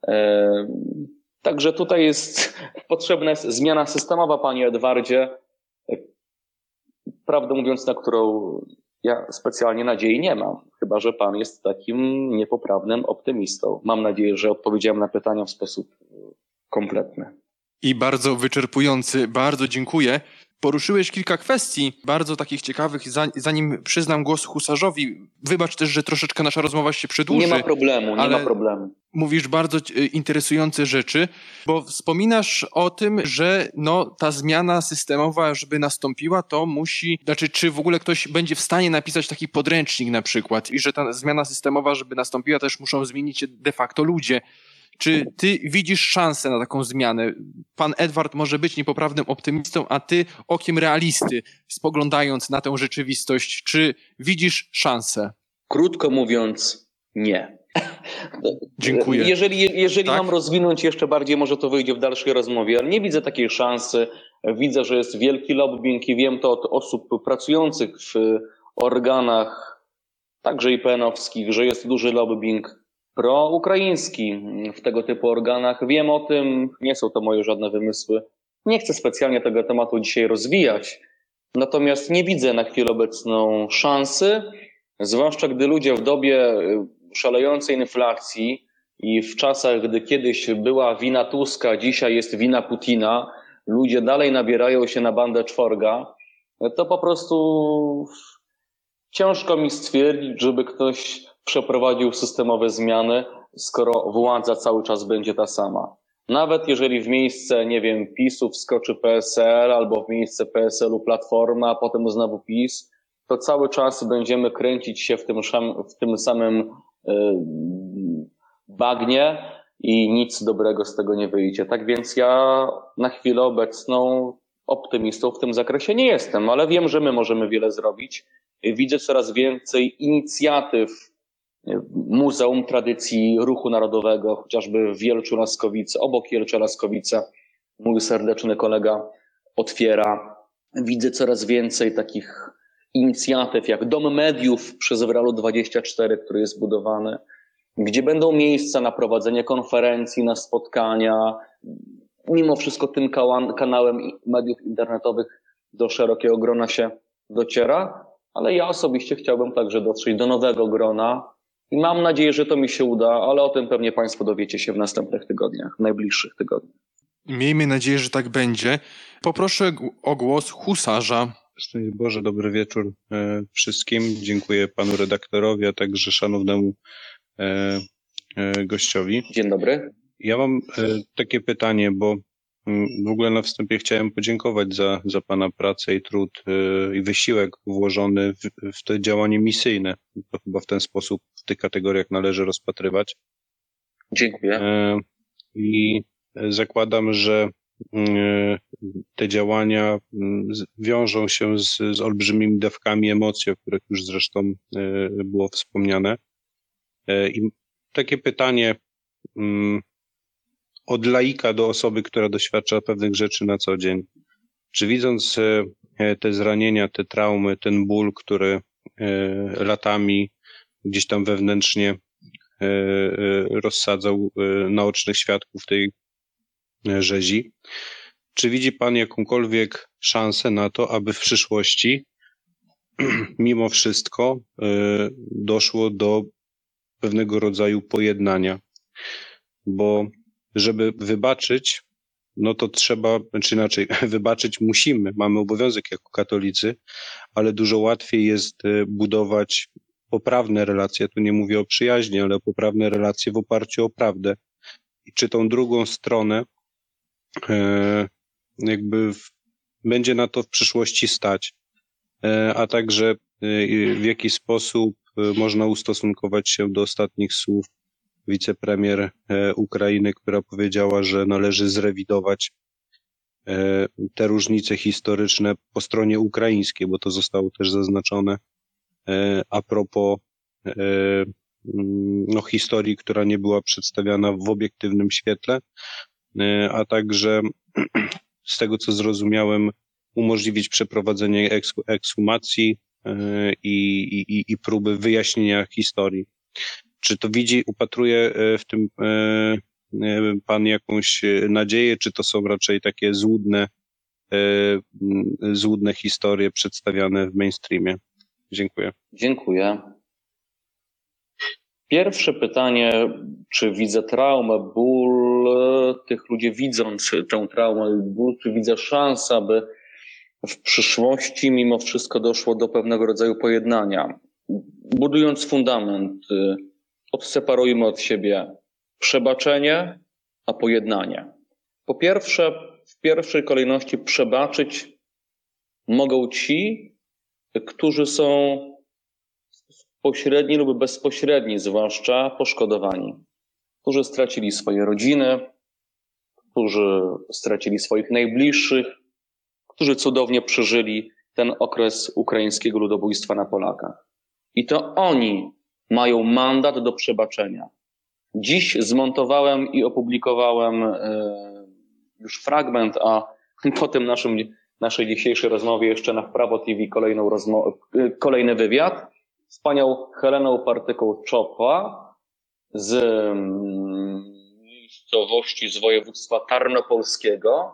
Także tutaj jest potrzebna zmiana systemowa, panie Edwardzie. Prawdę mówiąc, na którą ja specjalnie nadziei nie mam. Chyba że pan jest takim niepoprawnym optymistą. Mam nadzieję, że odpowiedziałem na pytania w sposób kompletny. I bardzo wyczerpujący, bardzo dziękuję. Poruszyłeś kilka kwestii, bardzo takich ciekawych. Zanim przyznam głos Husarzowi, wybacz też, że troszeczkę nasza rozmowa się przedłuży. Nie ma problemu. mówisz bardzo interesujące rzeczy, bo wspominasz o tym, że ta zmiana systemowa, żeby nastąpiła, to musi, czy w ogóle ktoś będzie w stanie napisać taki podręcznik na przykład i że ta zmiana systemowa, żeby nastąpiła, też muszą zmienić się de facto ludzie. Czy ty widzisz szansę na taką zmianę? Pan Edward może być niepoprawnym optymistą, a ty okiem realisty, spoglądając na tę rzeczywistość, czy widzisz szansę? Krótko mówiąc, nie. Dziękuję. Jeżeli tak? mam rozwinąć jeszcze bardziej, może to wyjdzie w dalszej rozmowie, ale nie widzę takiej szansy. Widzę, że jest wielki lobbying i wiem to od osób pracujących w organach, także IPN-owskich, że jest duży lobbying proukraiński w tego typu organach. Wiem o tym, nie są to moje żadne wymysły. Nie chcę specjalnie tego tematu dzisiaj rozwijać, natomiast nie widzę na chwilę obecną szansy, zwłaszcza gdy ludzie w dobie szalejącej inflacji i w czasach, gdy kiedyś była wina Tuska, dzisiaj jest wina Putina, ludzie dalej nabierają się na bandę czworga, to po prostu ciężko mi stwierdzić, żeby ktoś przeprowadził systemowe zmiany, skoro władza cały czas będzie ta sama. Nawet jeżeli w miejsce, PiS-u wskoczy PSL albo w miejsce PSL-u Platforma, a potem znowu PiS, to cały czas będziemy kręcić się w tym samym bagnie i nic dobrego z tego nie wyjdzie. Tak więc ja na chwilę obecną optymistą w tym zakresie nie jestem, ale wiem, że my możemy wiele zrobić. Widzę coraz więcej inicjatyw Muzeum Tradycji Ruchu Narodowego, chociażby w Wielczu Laskowice, obok Wielcza Laskowice, mój serdeczny kolega otwiera. Widzę coraz więcej takich inicjatyw jak Dom Mediów przy Zewralu 24, który jest budowany, gdzie będą miejsca na prowadzenie konferencji, na spotkania. Mimo wszystko tym kanałem mediów internetowych do szerokiego grona się dociera, ale ja osobiście chciałbym także dotrzeć do nowego grona i mam nadzieję, że to mi się uda, ale o tym pewnie Państwo dowiecie się w następnych tygodniach, w najbliższych tygodniach. Miejmy nadzieję, że tak będzie. Poproszę o głos Husarza. Szczęść Boże, dobry wieczór wszystkim. Dziękuję panu redaktorowi, a także szanownemu gościowi. Dzień dobry. Ja mam takie pytanie, bo w ogóle na wstępie chciałem podziękować za pana pracę i trud i wysiłek włożony w to działanie misyjne. To chyba w ten sposób w tych kategoriach należy rozpatrywać. Dziękuję. I zakładam, że te działania wiążą się z olbrzymimi dawkami emocji, o których już zresztą było wspomniane. I takie pytanie od laika do osoby, która doświadcza pewnych rzeczy na co dzień. Czy widząc te zranienia, te traumy, ten ból, który latami gdzieś tam wewnętrznie rozsadzał naocznych świadków tej rzezi, czy widzi pan jakąkolwiek szansę na to, aby w przyszłości mimo wszystko doszło do pewnego rodzaju pojednania? Bo żeby wybaczyć, no to trzeba, czy inaczej, wybaczyć musimy, mamy obowiązek jako katolicy, ale dużo łatwiej jest budować poprawne relacje, tu nie mówię o przyjaźni, ale poprawne relacje w oparciu o prawdę. I czy tą drugą stronę będzie na to w przyszłości stać, a także w jaki sposób można ustosunkować się do ostatnich słów wicepremier Ukrainy, która powiedziała, że należy zrewidować te różnice historyczne po stronie ukraińskiej, bo to zostało też zaznaczone a propos historii, która nie była przedstawiana w obiektywnym świetle, a także z tego, co zrozumiałem, umożliwić przeprowadzenie ekshumacji i próby wyjaśnienia historii. Czy to upatruje w tym pan jakąś nadzieję, czy to są raczej takie złudne historie przedstawiane w mainstreamie? Dziękuję. Dziękuję. Pierwsze pytanie, czy widzę traumę, ból tych ludzi, widząc tę traumę i ból, czy widzę szansę, aby w przyszłości mimo wszystko doszło do pewnego rodzaju pojednania. Budując fundament, odseparujmy od siebie Przebaczenie, a pojednanie. Po pierwsze, w pierwszej kolejności przebaczyć mogą ci, którzy są pośredni lub bezpośredni, zwłaszcza poszkodowani, którzy stracili swoje rodziny, którzy stracili swoich najbliższych, którzy cudownie przeżyli ten okres ukraińskiego ludobójstwa na Polakach. I to oni mają mandat do przebaczenia. Dziś zmontowałem i opublikowałem już fragment, a po tym naszej dzisiejszej rozmowie jeszcze na Wprawo TV kolejny wywiad z panią Heleną Partyką-Czopła z miejscowości z województwa tarnopolskiego,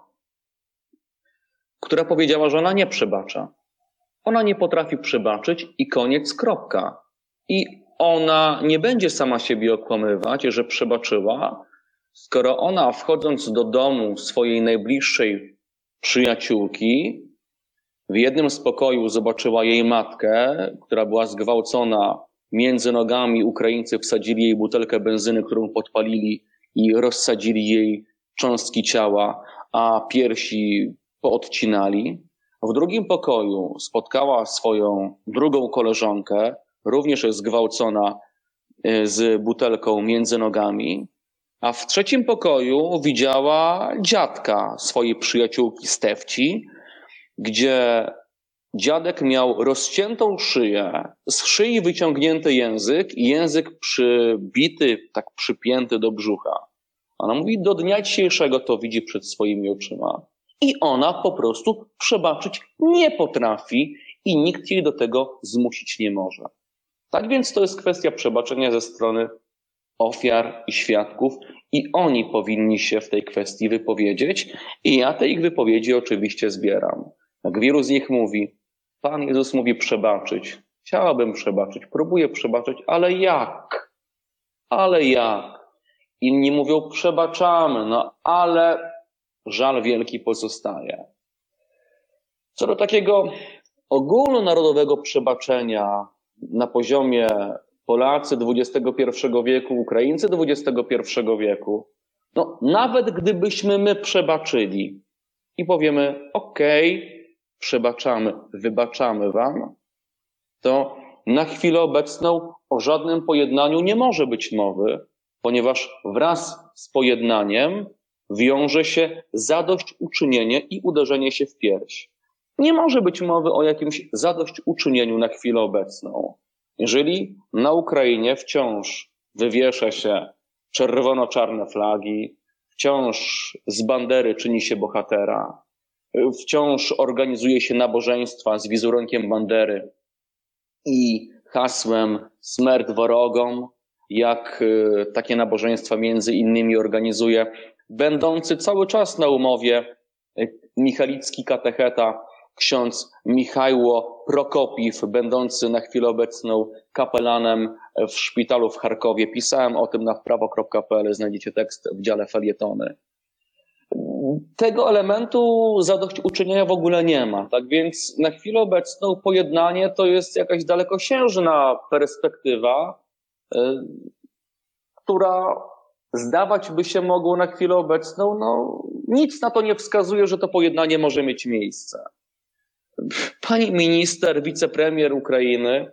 która powiedziała, że ona nie przebacza. Ona nie potrafi przebaczyć i koniec, kropka. I ona nie będzie sama siebie okłamywać, że przebaczyła, skoro ona, wchodząc do domu swojej najbliższej przyjaciółki, w jednym z pokoju zobaczyła jej matkę, która była zgwałcona. Między nogami Ukraińcy wsadzili jej butelkę benzyny, którą podpalili i rozsadzili jej cząstki ciała, a piersi poodcinali. W drugim pokoju spotkała swoją drugą koleżankę, również zgwałcona, z butelką między nogami, a w trzecim pokoju widziała dziadka swojej przyjaciółki Stefci, gdzie dziadek miał rozciętą szyję, z szyi wyciągnięty język i język przybity, tak przypięty do brzucha. Ona mówi, do dnia dzisiejszego to widzi przed swoimi oczyma. I ona po prostu przebaczyć nie potrafi i nikt jej do tego zmusić nie może. Tak więc to jest kwestia przebaczenia ze strony ofiar i świadków i oni powinni się w tej kwestii wypowiedzieć i ja te ich wypowiedzi oczywiście zbieram. Jak wielu z nich mówi, Pan Jezus mówi przebaczyć. Chciałabym przebaczyć, próbuję przebaczyć, ale jak? Ale jak? Inni mówią przebaczamy, no ale żal wielki pozostaje. Co do takiego ogólnonarodowego przebaczenia na poziomie Polacy XXI wieku, Ukraińcy XXI wieku, no nawet gdybyśmy my przebaczyli i powiemy okej, przebaczamy, wybaczamy wam, to na chwilę obecną o żadnym pojednaniu nie może być mowy, ponieważ wraz z pojednaniem wiąże się zadośćuczynienie i uderzenie się w pierś. Nie może być mowy o jakimś zadośćuczynieniu na chwilę obecną. Jeżeli na Ukrainie wciąż wywiesza się czerwono-czarne flagi, wciąż z bandery czyni się bohatera, wciąż organizuje się nabożeństwa z wizerunkiem bandery i hasłem smерть wrogom, jak takie nabożeństwa między innymi organizuje będący cały czas na umowie michalicki katecheta ksiądz Michajło Prokopiw, będący na chwilę obecną kapelanem w szpitalu w Charkowie. Pisałem o tym na wprawo.pl, znajdziecie tekst w dziale felietony. Tego elementu zadośćuczynienia w ogóle nie ma. Tak więc na chwilę obecną pojednanie to jest jakaś dalekosiężna perspektywa, która zdawać by się mogło na chwilę obecną, no nic na to nie wskazuje, że to pojednanie może mieć miejsce. Pani minister, wicepremier Ukrainy.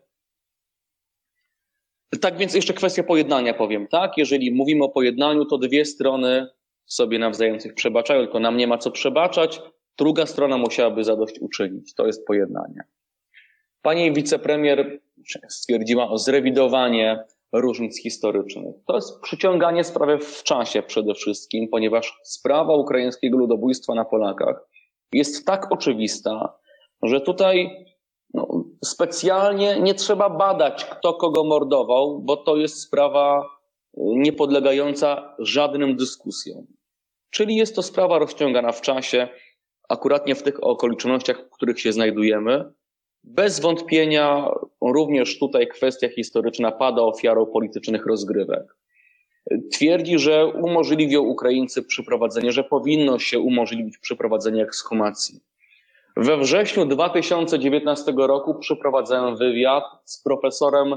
Tak więc jeszcze kwestia pojednania powiem, tak? Jeżeli mówimy o pojednaniu, to dwie strony sobie nawzajem coś przebaczają, tylko nam nie ma co przebaczać. Druga strona musiałaby zadośćuczynić. To jest pojednanie. Pani wicepremier stwierdziła o zrewidowanie różnic historycznych. To jest przyciąganie sprawy w czasie przede wszystkim, ponieważ sprawa ukraińskiego ludobójstwa na Polakach jest tak oczywista, że tutaj specjalnie nie trzeba badać, kto kogo mordował, bo to jest sprawa niepodlegająca żadnym dyskusjom. Czyli jest to sprawa rozciągana w czasie, akuratnie w tych okolicznościach, w których się znajdujemy. Bez wątpienia również tutaj kwestia historyczna pada ofiarą politycznych rozgrywek. Twierdzi, że umożliwią Ukraińcy przeprowadzenie, że powinno się umożliwić przeprowadzenie ekshumacji. We wrześniu 2019 roku przeprowadzałem wywiad z profesorem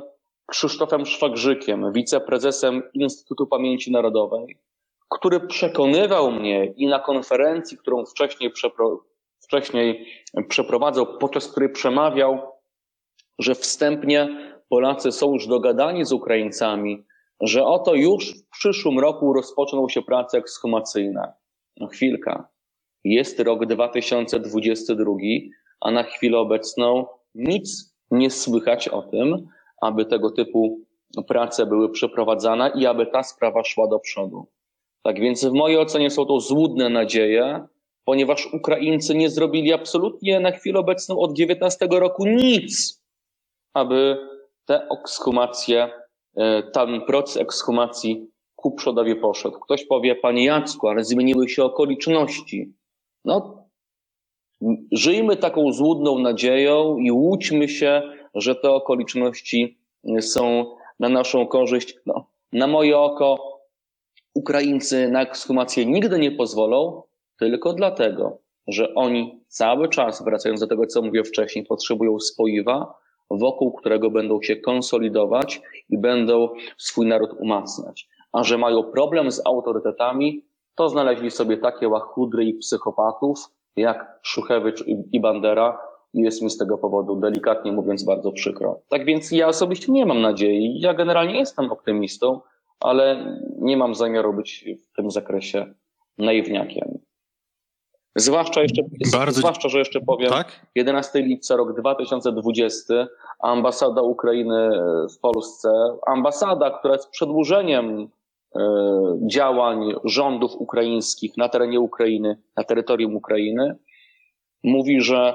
Krzysztofem Szwagrzykiem, wiceprezesem Instytutu Pamięci Narodowej, który przekonywał mnie i na konferencji, którą wcześniej przeprowadzał, podczas której przemawiał, że wstępnie Polacy są już dogadani z Ukraińcami, że oto już w przyszłym roku rozpoczną się prace ekshumacyjne. No chwilka. Jest rok 2022, a na chwilę obecną nic nie słychać o tym, aby tego typu prace były przeprowadzane i aby ta sprawa szła do przodu. Tak więc w mojej ocenie są to złudne nadzieje, ponieważ Ukraińcy nie zrobili absolutnie na chwilę obecną od 19 roku nic, aby te ekshumacje, ten proces ekshumacji ku przodowi poszedł. Ktoś powie, panie Jacku, ale zmieniły się okoliczności. No, żyjmy taką złudną nadzieją i łudźmy się, że te okoliczności są na naszą korzyść. No, na moje oko Ukraińcy na ekshumację nigdy nie pozwolą, tylko dlatego, że oni cały czas, wracając do tego, co mówiłem wcześniej, potrzebują spoiwa, wokół którego będą się konsolidować i będą swój naród umacniać. A że mają problem z autorytetami, to znaleźli sobie takie łachudry i psychopatów, jak Szuchewicz i Bandera, i jest mi z tego powodu, delikatnie mówiąc, bardzo przykro. Tak więc ja osobiście nie mam nadziei. Ja generalnie jestem optymistą, ale nie mam zamiaru być w tym zakresie naiwniakiem. Zwłaszcza, że jeszcze powiem, tak? 11 lipca, rok 2020, ambasada Ukrainy w Polsce, ambasada, która jest przedłużeniem działań rządów ukraińskich na terenie Ukrainy, na terytorium Ukrainy, mówi, że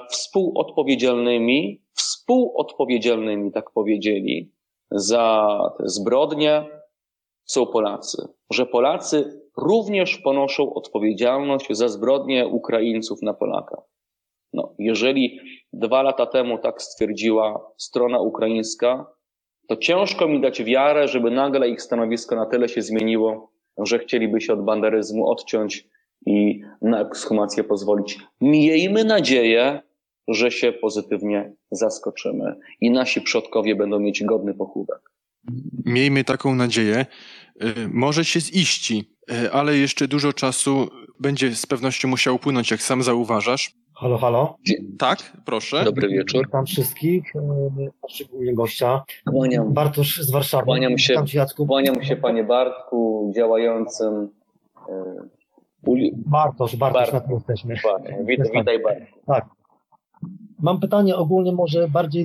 współodpowiedzialnymi, tak powiedzieli, za te zbrodnie są Polacy. Że Polacy również ponoszą odpowiedzialność za zbrodnie Ukraińców na Polakach. No, jeżeli 2 lata temu tak stwierdziła strona ukraińska, to ciężko mi dać wiarę, żeby nagle ich stanowisko na tyle się zmieniło, że chcieliby się od banderyzmu odciąć i na ekshumację pozwolić. Miejmy nadzieję, że się pozytywnie zaskoczymy i nasi przodkowie będą mieć godny pochówek. Miejmy taką nadzieję. Może się ziści, ale jeszcze dużo czasu będzie z pewnością musiał upłynąć, jak sam zauważasz. Halo, halo. Tak, proszę. Dobry wieczór. Witam wszystkich, a szczególnie gościa. Kłaniam. Bartosz z Warszawy. Kłaniam się panie Bartku, działającym... Bartosz, na tym jesteśmy. Witaj Bartku. Tak. Mam pytanie ogólnie może bardziej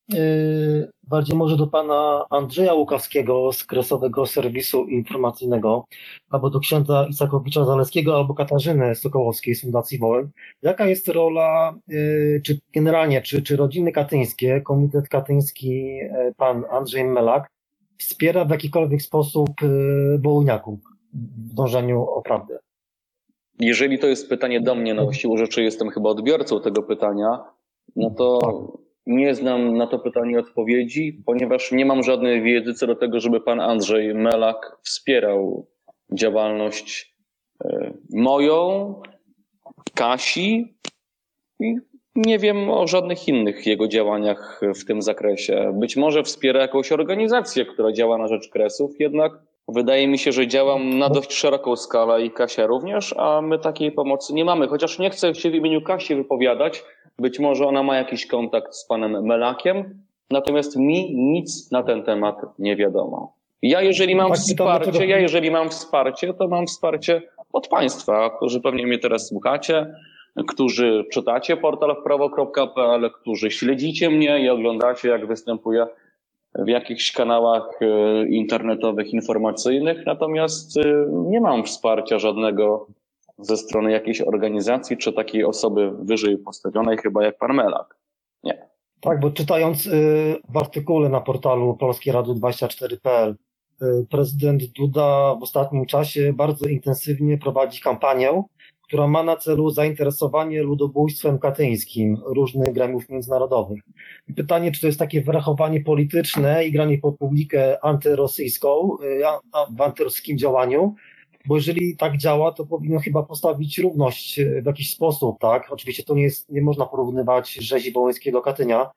do pana Andrzeja Łukawskiego z Kresowego Serwisu Informacyjnego, albo do księdza Isakowicza-Zaleskiego, albo Katarzyny Sokołowskiej z Fundacji Wołyń. Jaka jest rola, czy generalnie, czy rodziny katyńskie, Komitet Katyński, pan Andrzej Melak wspiera w jakikolwiek sposób wołyniaków w dążeniu o prawdę? Jeżeli to jest pytanie do mnie, no siłą rzeczy jestem chyba odbiorcą tego pytania, no to nie znam na to pytanie odpowiedzi, ponieważ nie mam żadnej wiedzy co do tego, żeby pan Andrzej Melak wspierał działalność moją, Kasi i nie wiem o żadnych innych jego działaniach w tym zakresie. Być może wspiera jakąś organizację, która działa na rzecz Kresów, jednak wydaje mi się, że działam na dość szeroką skalę i Kasia również, a my takiej pomocy nie mamy. Chociaż nie chcę się w imieniu Kasi wypowiadać, być może ona ma jakiś kontakt z panem Melakiem, natomiast mi nic na ten temat nie wiadomo. Jeżeli mam wsparcie, to mam wsparcie od państwa, którzy pewnie mnie teraz słuchacie, którzy czytacie portal wprawo.pl, którzy śledzicie mnie i oglądacie, jak występuję w jakichś kanałach internetowych, informacyjnych, natomiast nie mam wsparcia żadnego ze strony jakiejś organizacji czy takiej osoby wyżej postawionej, chyba jak pan Melak. Nie. Tak, bo czytając w artykule na portalu polskieradio24.pl prezydent Duda w ostatnim czasie bardzo intensywnie prowadzi kampanię, która ma na celu zainteresowanie ludobójstwem katyńskim różnych gremiów międzynarodowych. I pytanie, czy to jest takie wyrachowanie polityczne i granie pod publikę antyrosyjską, w antyrosyjskim działaniu, bo jeżeli tak działa, to powinno chyba postawić równość w jakiś sposób, tak? Oczywiście to nie można porównywać rzezi wołyńskiej do Katynia,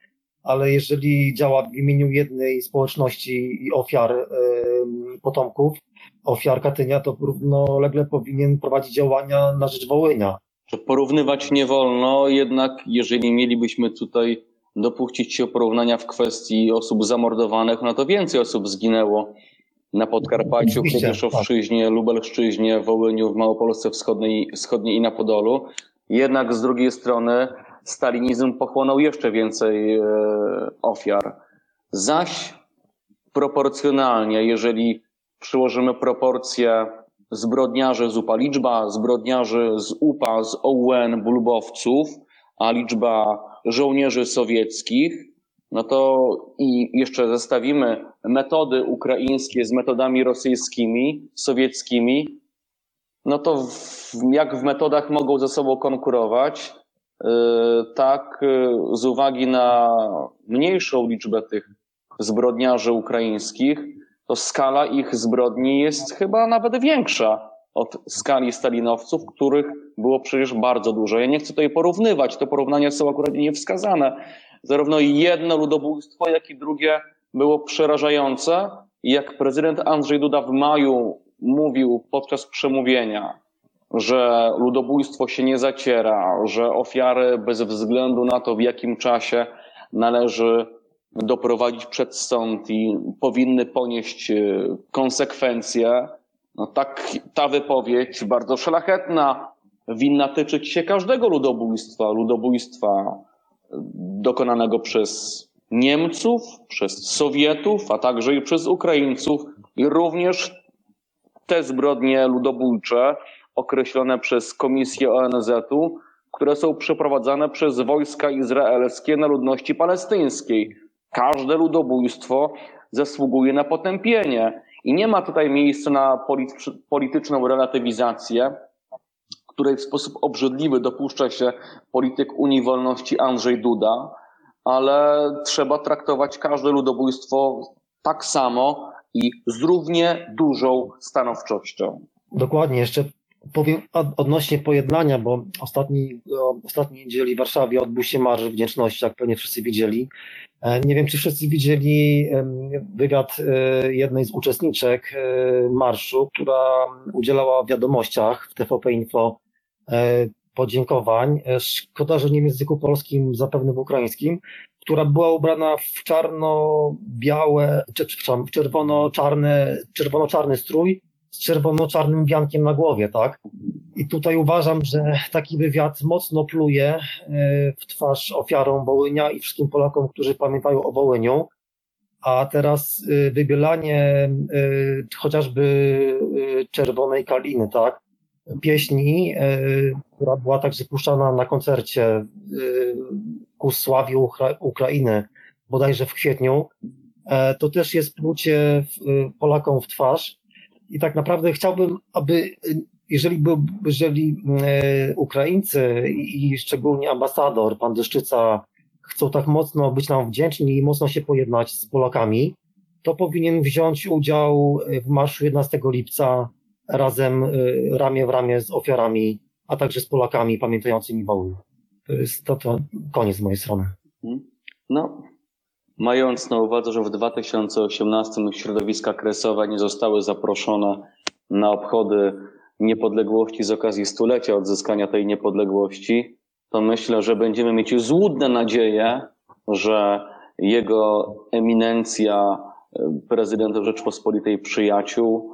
ale jeżeli działa w imieniu jednej społeczności i ofiar potomków, ofiar Katynia, to równolegle powinien prowadzić działania na rzecz Wołynia. Porównywać nie wolno, jednak jeżeli mielibyśmy tutaj dopuścić się porównania w kwestii osób zamordowanych, no to więcej osób zginęło na Podkarpaciu, w Krupieszowszczyźnie, Lubelszczyźnie, Wołyniu, w Małopolsce Wschodniej i na Podolu. Jednak z drugiej strony stalinizm pochłonął jeszcze więcej ofiar. Zaś proporcjonalnie, jeżeli przyłożymy proporcje zbrodniarzy z UPA, liczba zbrodniarzy z UPA, z OUN, Bulbowców, a liczba żołnierzy sowieckich, no to i jeszcze zestawimy metody ukraińskie z metodami rosyjskimi, sowieckimi, no to jak w metodach mogą ze sobą konkurować, tak z uwagi na mniejszą liczbę tych zbrodniarzy ukraińskich, to skala ich zbrodni jest chyba nawet większa od skali stalinowców, których było przecież bardzo dużo. Ja nie chcę tutaj porównywać, te porównania są akurat niewskazane. Zarówno jedno ludobójstwo, jak i drugie było przerażające. I jak prezydent Andrzej Duda w maju mówił podczas przemówienia, że ludobójstwo się nie zaciera, że ofiary bez względu na to, w jakim czasie należy doprowadzić przed sąd i powinny ponieść konsekwencje, no tak ta wypowiedź bardzo szlachetna winna tyczyć się każdego ludobójstwa dokonanego przez Niemców, przez Sowietów, a także i przez Ukraińców i również te zbrodnie ludobójcze określone przez Komisję ONZ-u, które są przeprowadzane przez wojska izraelskie na ludności palestyńskiej. Każde ludobójstwo zasługuje na potępienie i nie ma tutaj miejsca na polityczną relatywizację, której w sposób obrzydliwy dopuszcza się polityk Unii Wolności Andrzej Duda, ale trzeba traktować każde ludobójstwo tak samo i z równie dużą stanowczością. Dokładnie, jeszcze powiem odnośnie pojednania, bo ostatniej niedzieli w Warszawie odbył się Marsz Wdzięczności, jak pewnie wszyscy widzieli. Nie wiem, czy wszyscy widzieli wywiad jednej z uczestniczek marszu, która udzielała w wiadomościach w TVP Info podziękowań. Szkoda, że nie w języku polskim, zapewne w ukraińskim, która była ubrana w czarno-białe, w czerwono-czarny strój z czerwono-czarnym wiankiem na głowie, tak? I tutaj uważam, że taki wywiad mocno pluje w twarz ofiarom Wołynia i wszystkim Polakom, którzy pamiętają o Wołyniu. A teraz wybielanie chociażby Czerwonej Kaliny, tak? Pieśni, która była także puszczana na koncercie ku sławie Ukrainy, bodajże w kwietniu, to też jest plucie Polakom w twarz. I tak naprawdę chciałbym, aby jeżeli Ukraińcy i szczególnie ambasador, pan Deszczyca, chcą tak mocno być nam wdzięczni i mocno się pojednać z Polakami, to powinien wziąć udział w marszu 11 lipca razem ramię w ramię z ofiarami, a także z Polakami pamiętającymi Wołyń. To koniec z mojej strony. No, mając na uwadze, że w 2018 środowiska kresowe nie zostały zaproszone na obchody niepodległości z okazji stulecia odzyskania tej niepodległości, to myślę, że będziemy mieć złudne nadzieje, że jego eminencja, prezydent Rzeczpospolitej przyjaciół,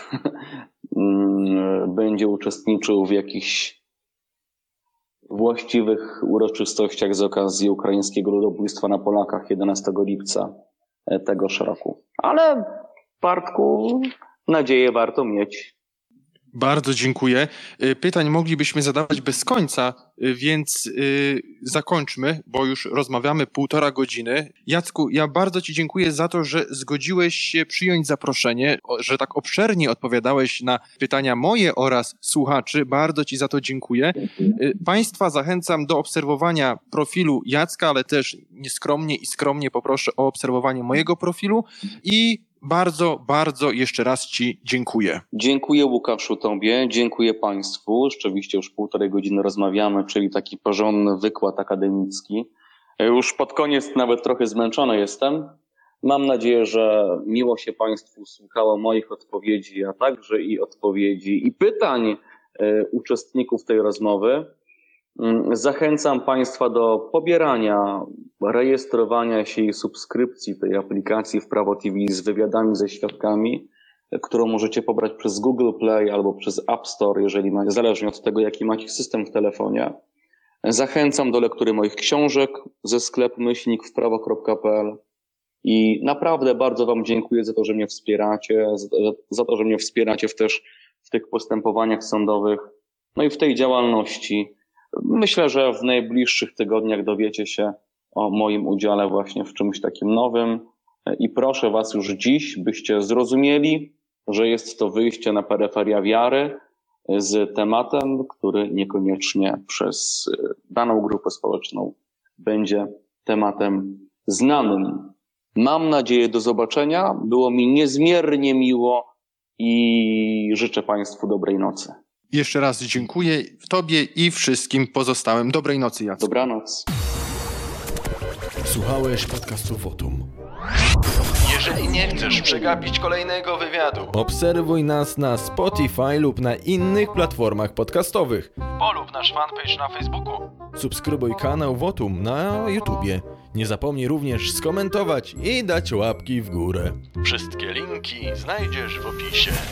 będzie uczestniczył w jakichś właściwych uroczystościach z okazji ukraińskiego ludobójstwa na Polakach 11 lipca tegoż roku. Ale, Bartku, nadzieję warto mieć. Bardzo dziękuję. Pytań moglibyśmy zadawać bez końca, więc zakończmy, bo już rozmawiamy 1,5 godziny. Jacku, ja bardzo Ci dziękuję za to, że zgodziłeś się przyjąć zaproszenie, że tak obszernie odpowiadałeś na pytania moje oraz słuchaczy. Bardzo Ci za to dziękuję. Państwa zachęcam do obserwowania profilu Jacka, ale też nieskromnie i skromnie poproszę o obserwowanie mojego profilu i bardzo, bardzo jeszcze raz Ci dziękuję. Dziękuję, Łukaszu, Tobie, dziękuję Państwu. Rzeczywiście już 1,5 godziny rozmawiamy, czyli taki porządny wykład akademicki. Już pod koniec nawet trochę zmęczony jestem. Mam nadzieję, że miło się Państwu słuchało moich odpowiedzi, a także i odpowiedzi i pytań uczestników tej rozmowy. Zachęcam Państwa do pobierania, rejestrowania się i subskrypcji tej aplikacji w Prawo TV z wywiadami ze świadkami, którą możecie pobrać przez Google Play albo przez App Store, jeżeli macie, zależnie od tego, jaki macie system w telefonie. Zachęcam do lektury moich książek ze sklepu myślnikwprawo.pl i naprawdę bardzo Wam dziękuję za to, że mnie wspieracie, za to, że mnie wspieracie też w tych postępowaniach sądowych, no i w tej działalności. Myślę, że w najbliższych tygodniach dowiecie się o moim udziale właśnie w czymś takim nowym i proszę Was już dziś, byście zrozumieli, że jest to wyjście na peryferia wiary z tematem, który niekoniecznie przez daną grupę społeczną będzie tematem znanym. Mam nadzieję do zobaczenia. Było mi niezmiernie miło i życzę Państwu dobrej nocy. Jeszcze raz dziękuję Tobie i wszystkim pozostałym. Dobrej nocy, Jacek. Dobranoc. Słuchałeś podcastu Votum. Jeżeli nie chcesz przegapić kolejnego wywiadu, obserwuj nas na Spotify lub na innych platformach podcastowych. polub nasz fanpage na Facebooku. Subskrybuj kanał Votum na YouTubie. Nie zapomnij również skomentować i dać łapki w górę. Wszystkie linki znajdziesz w opisie.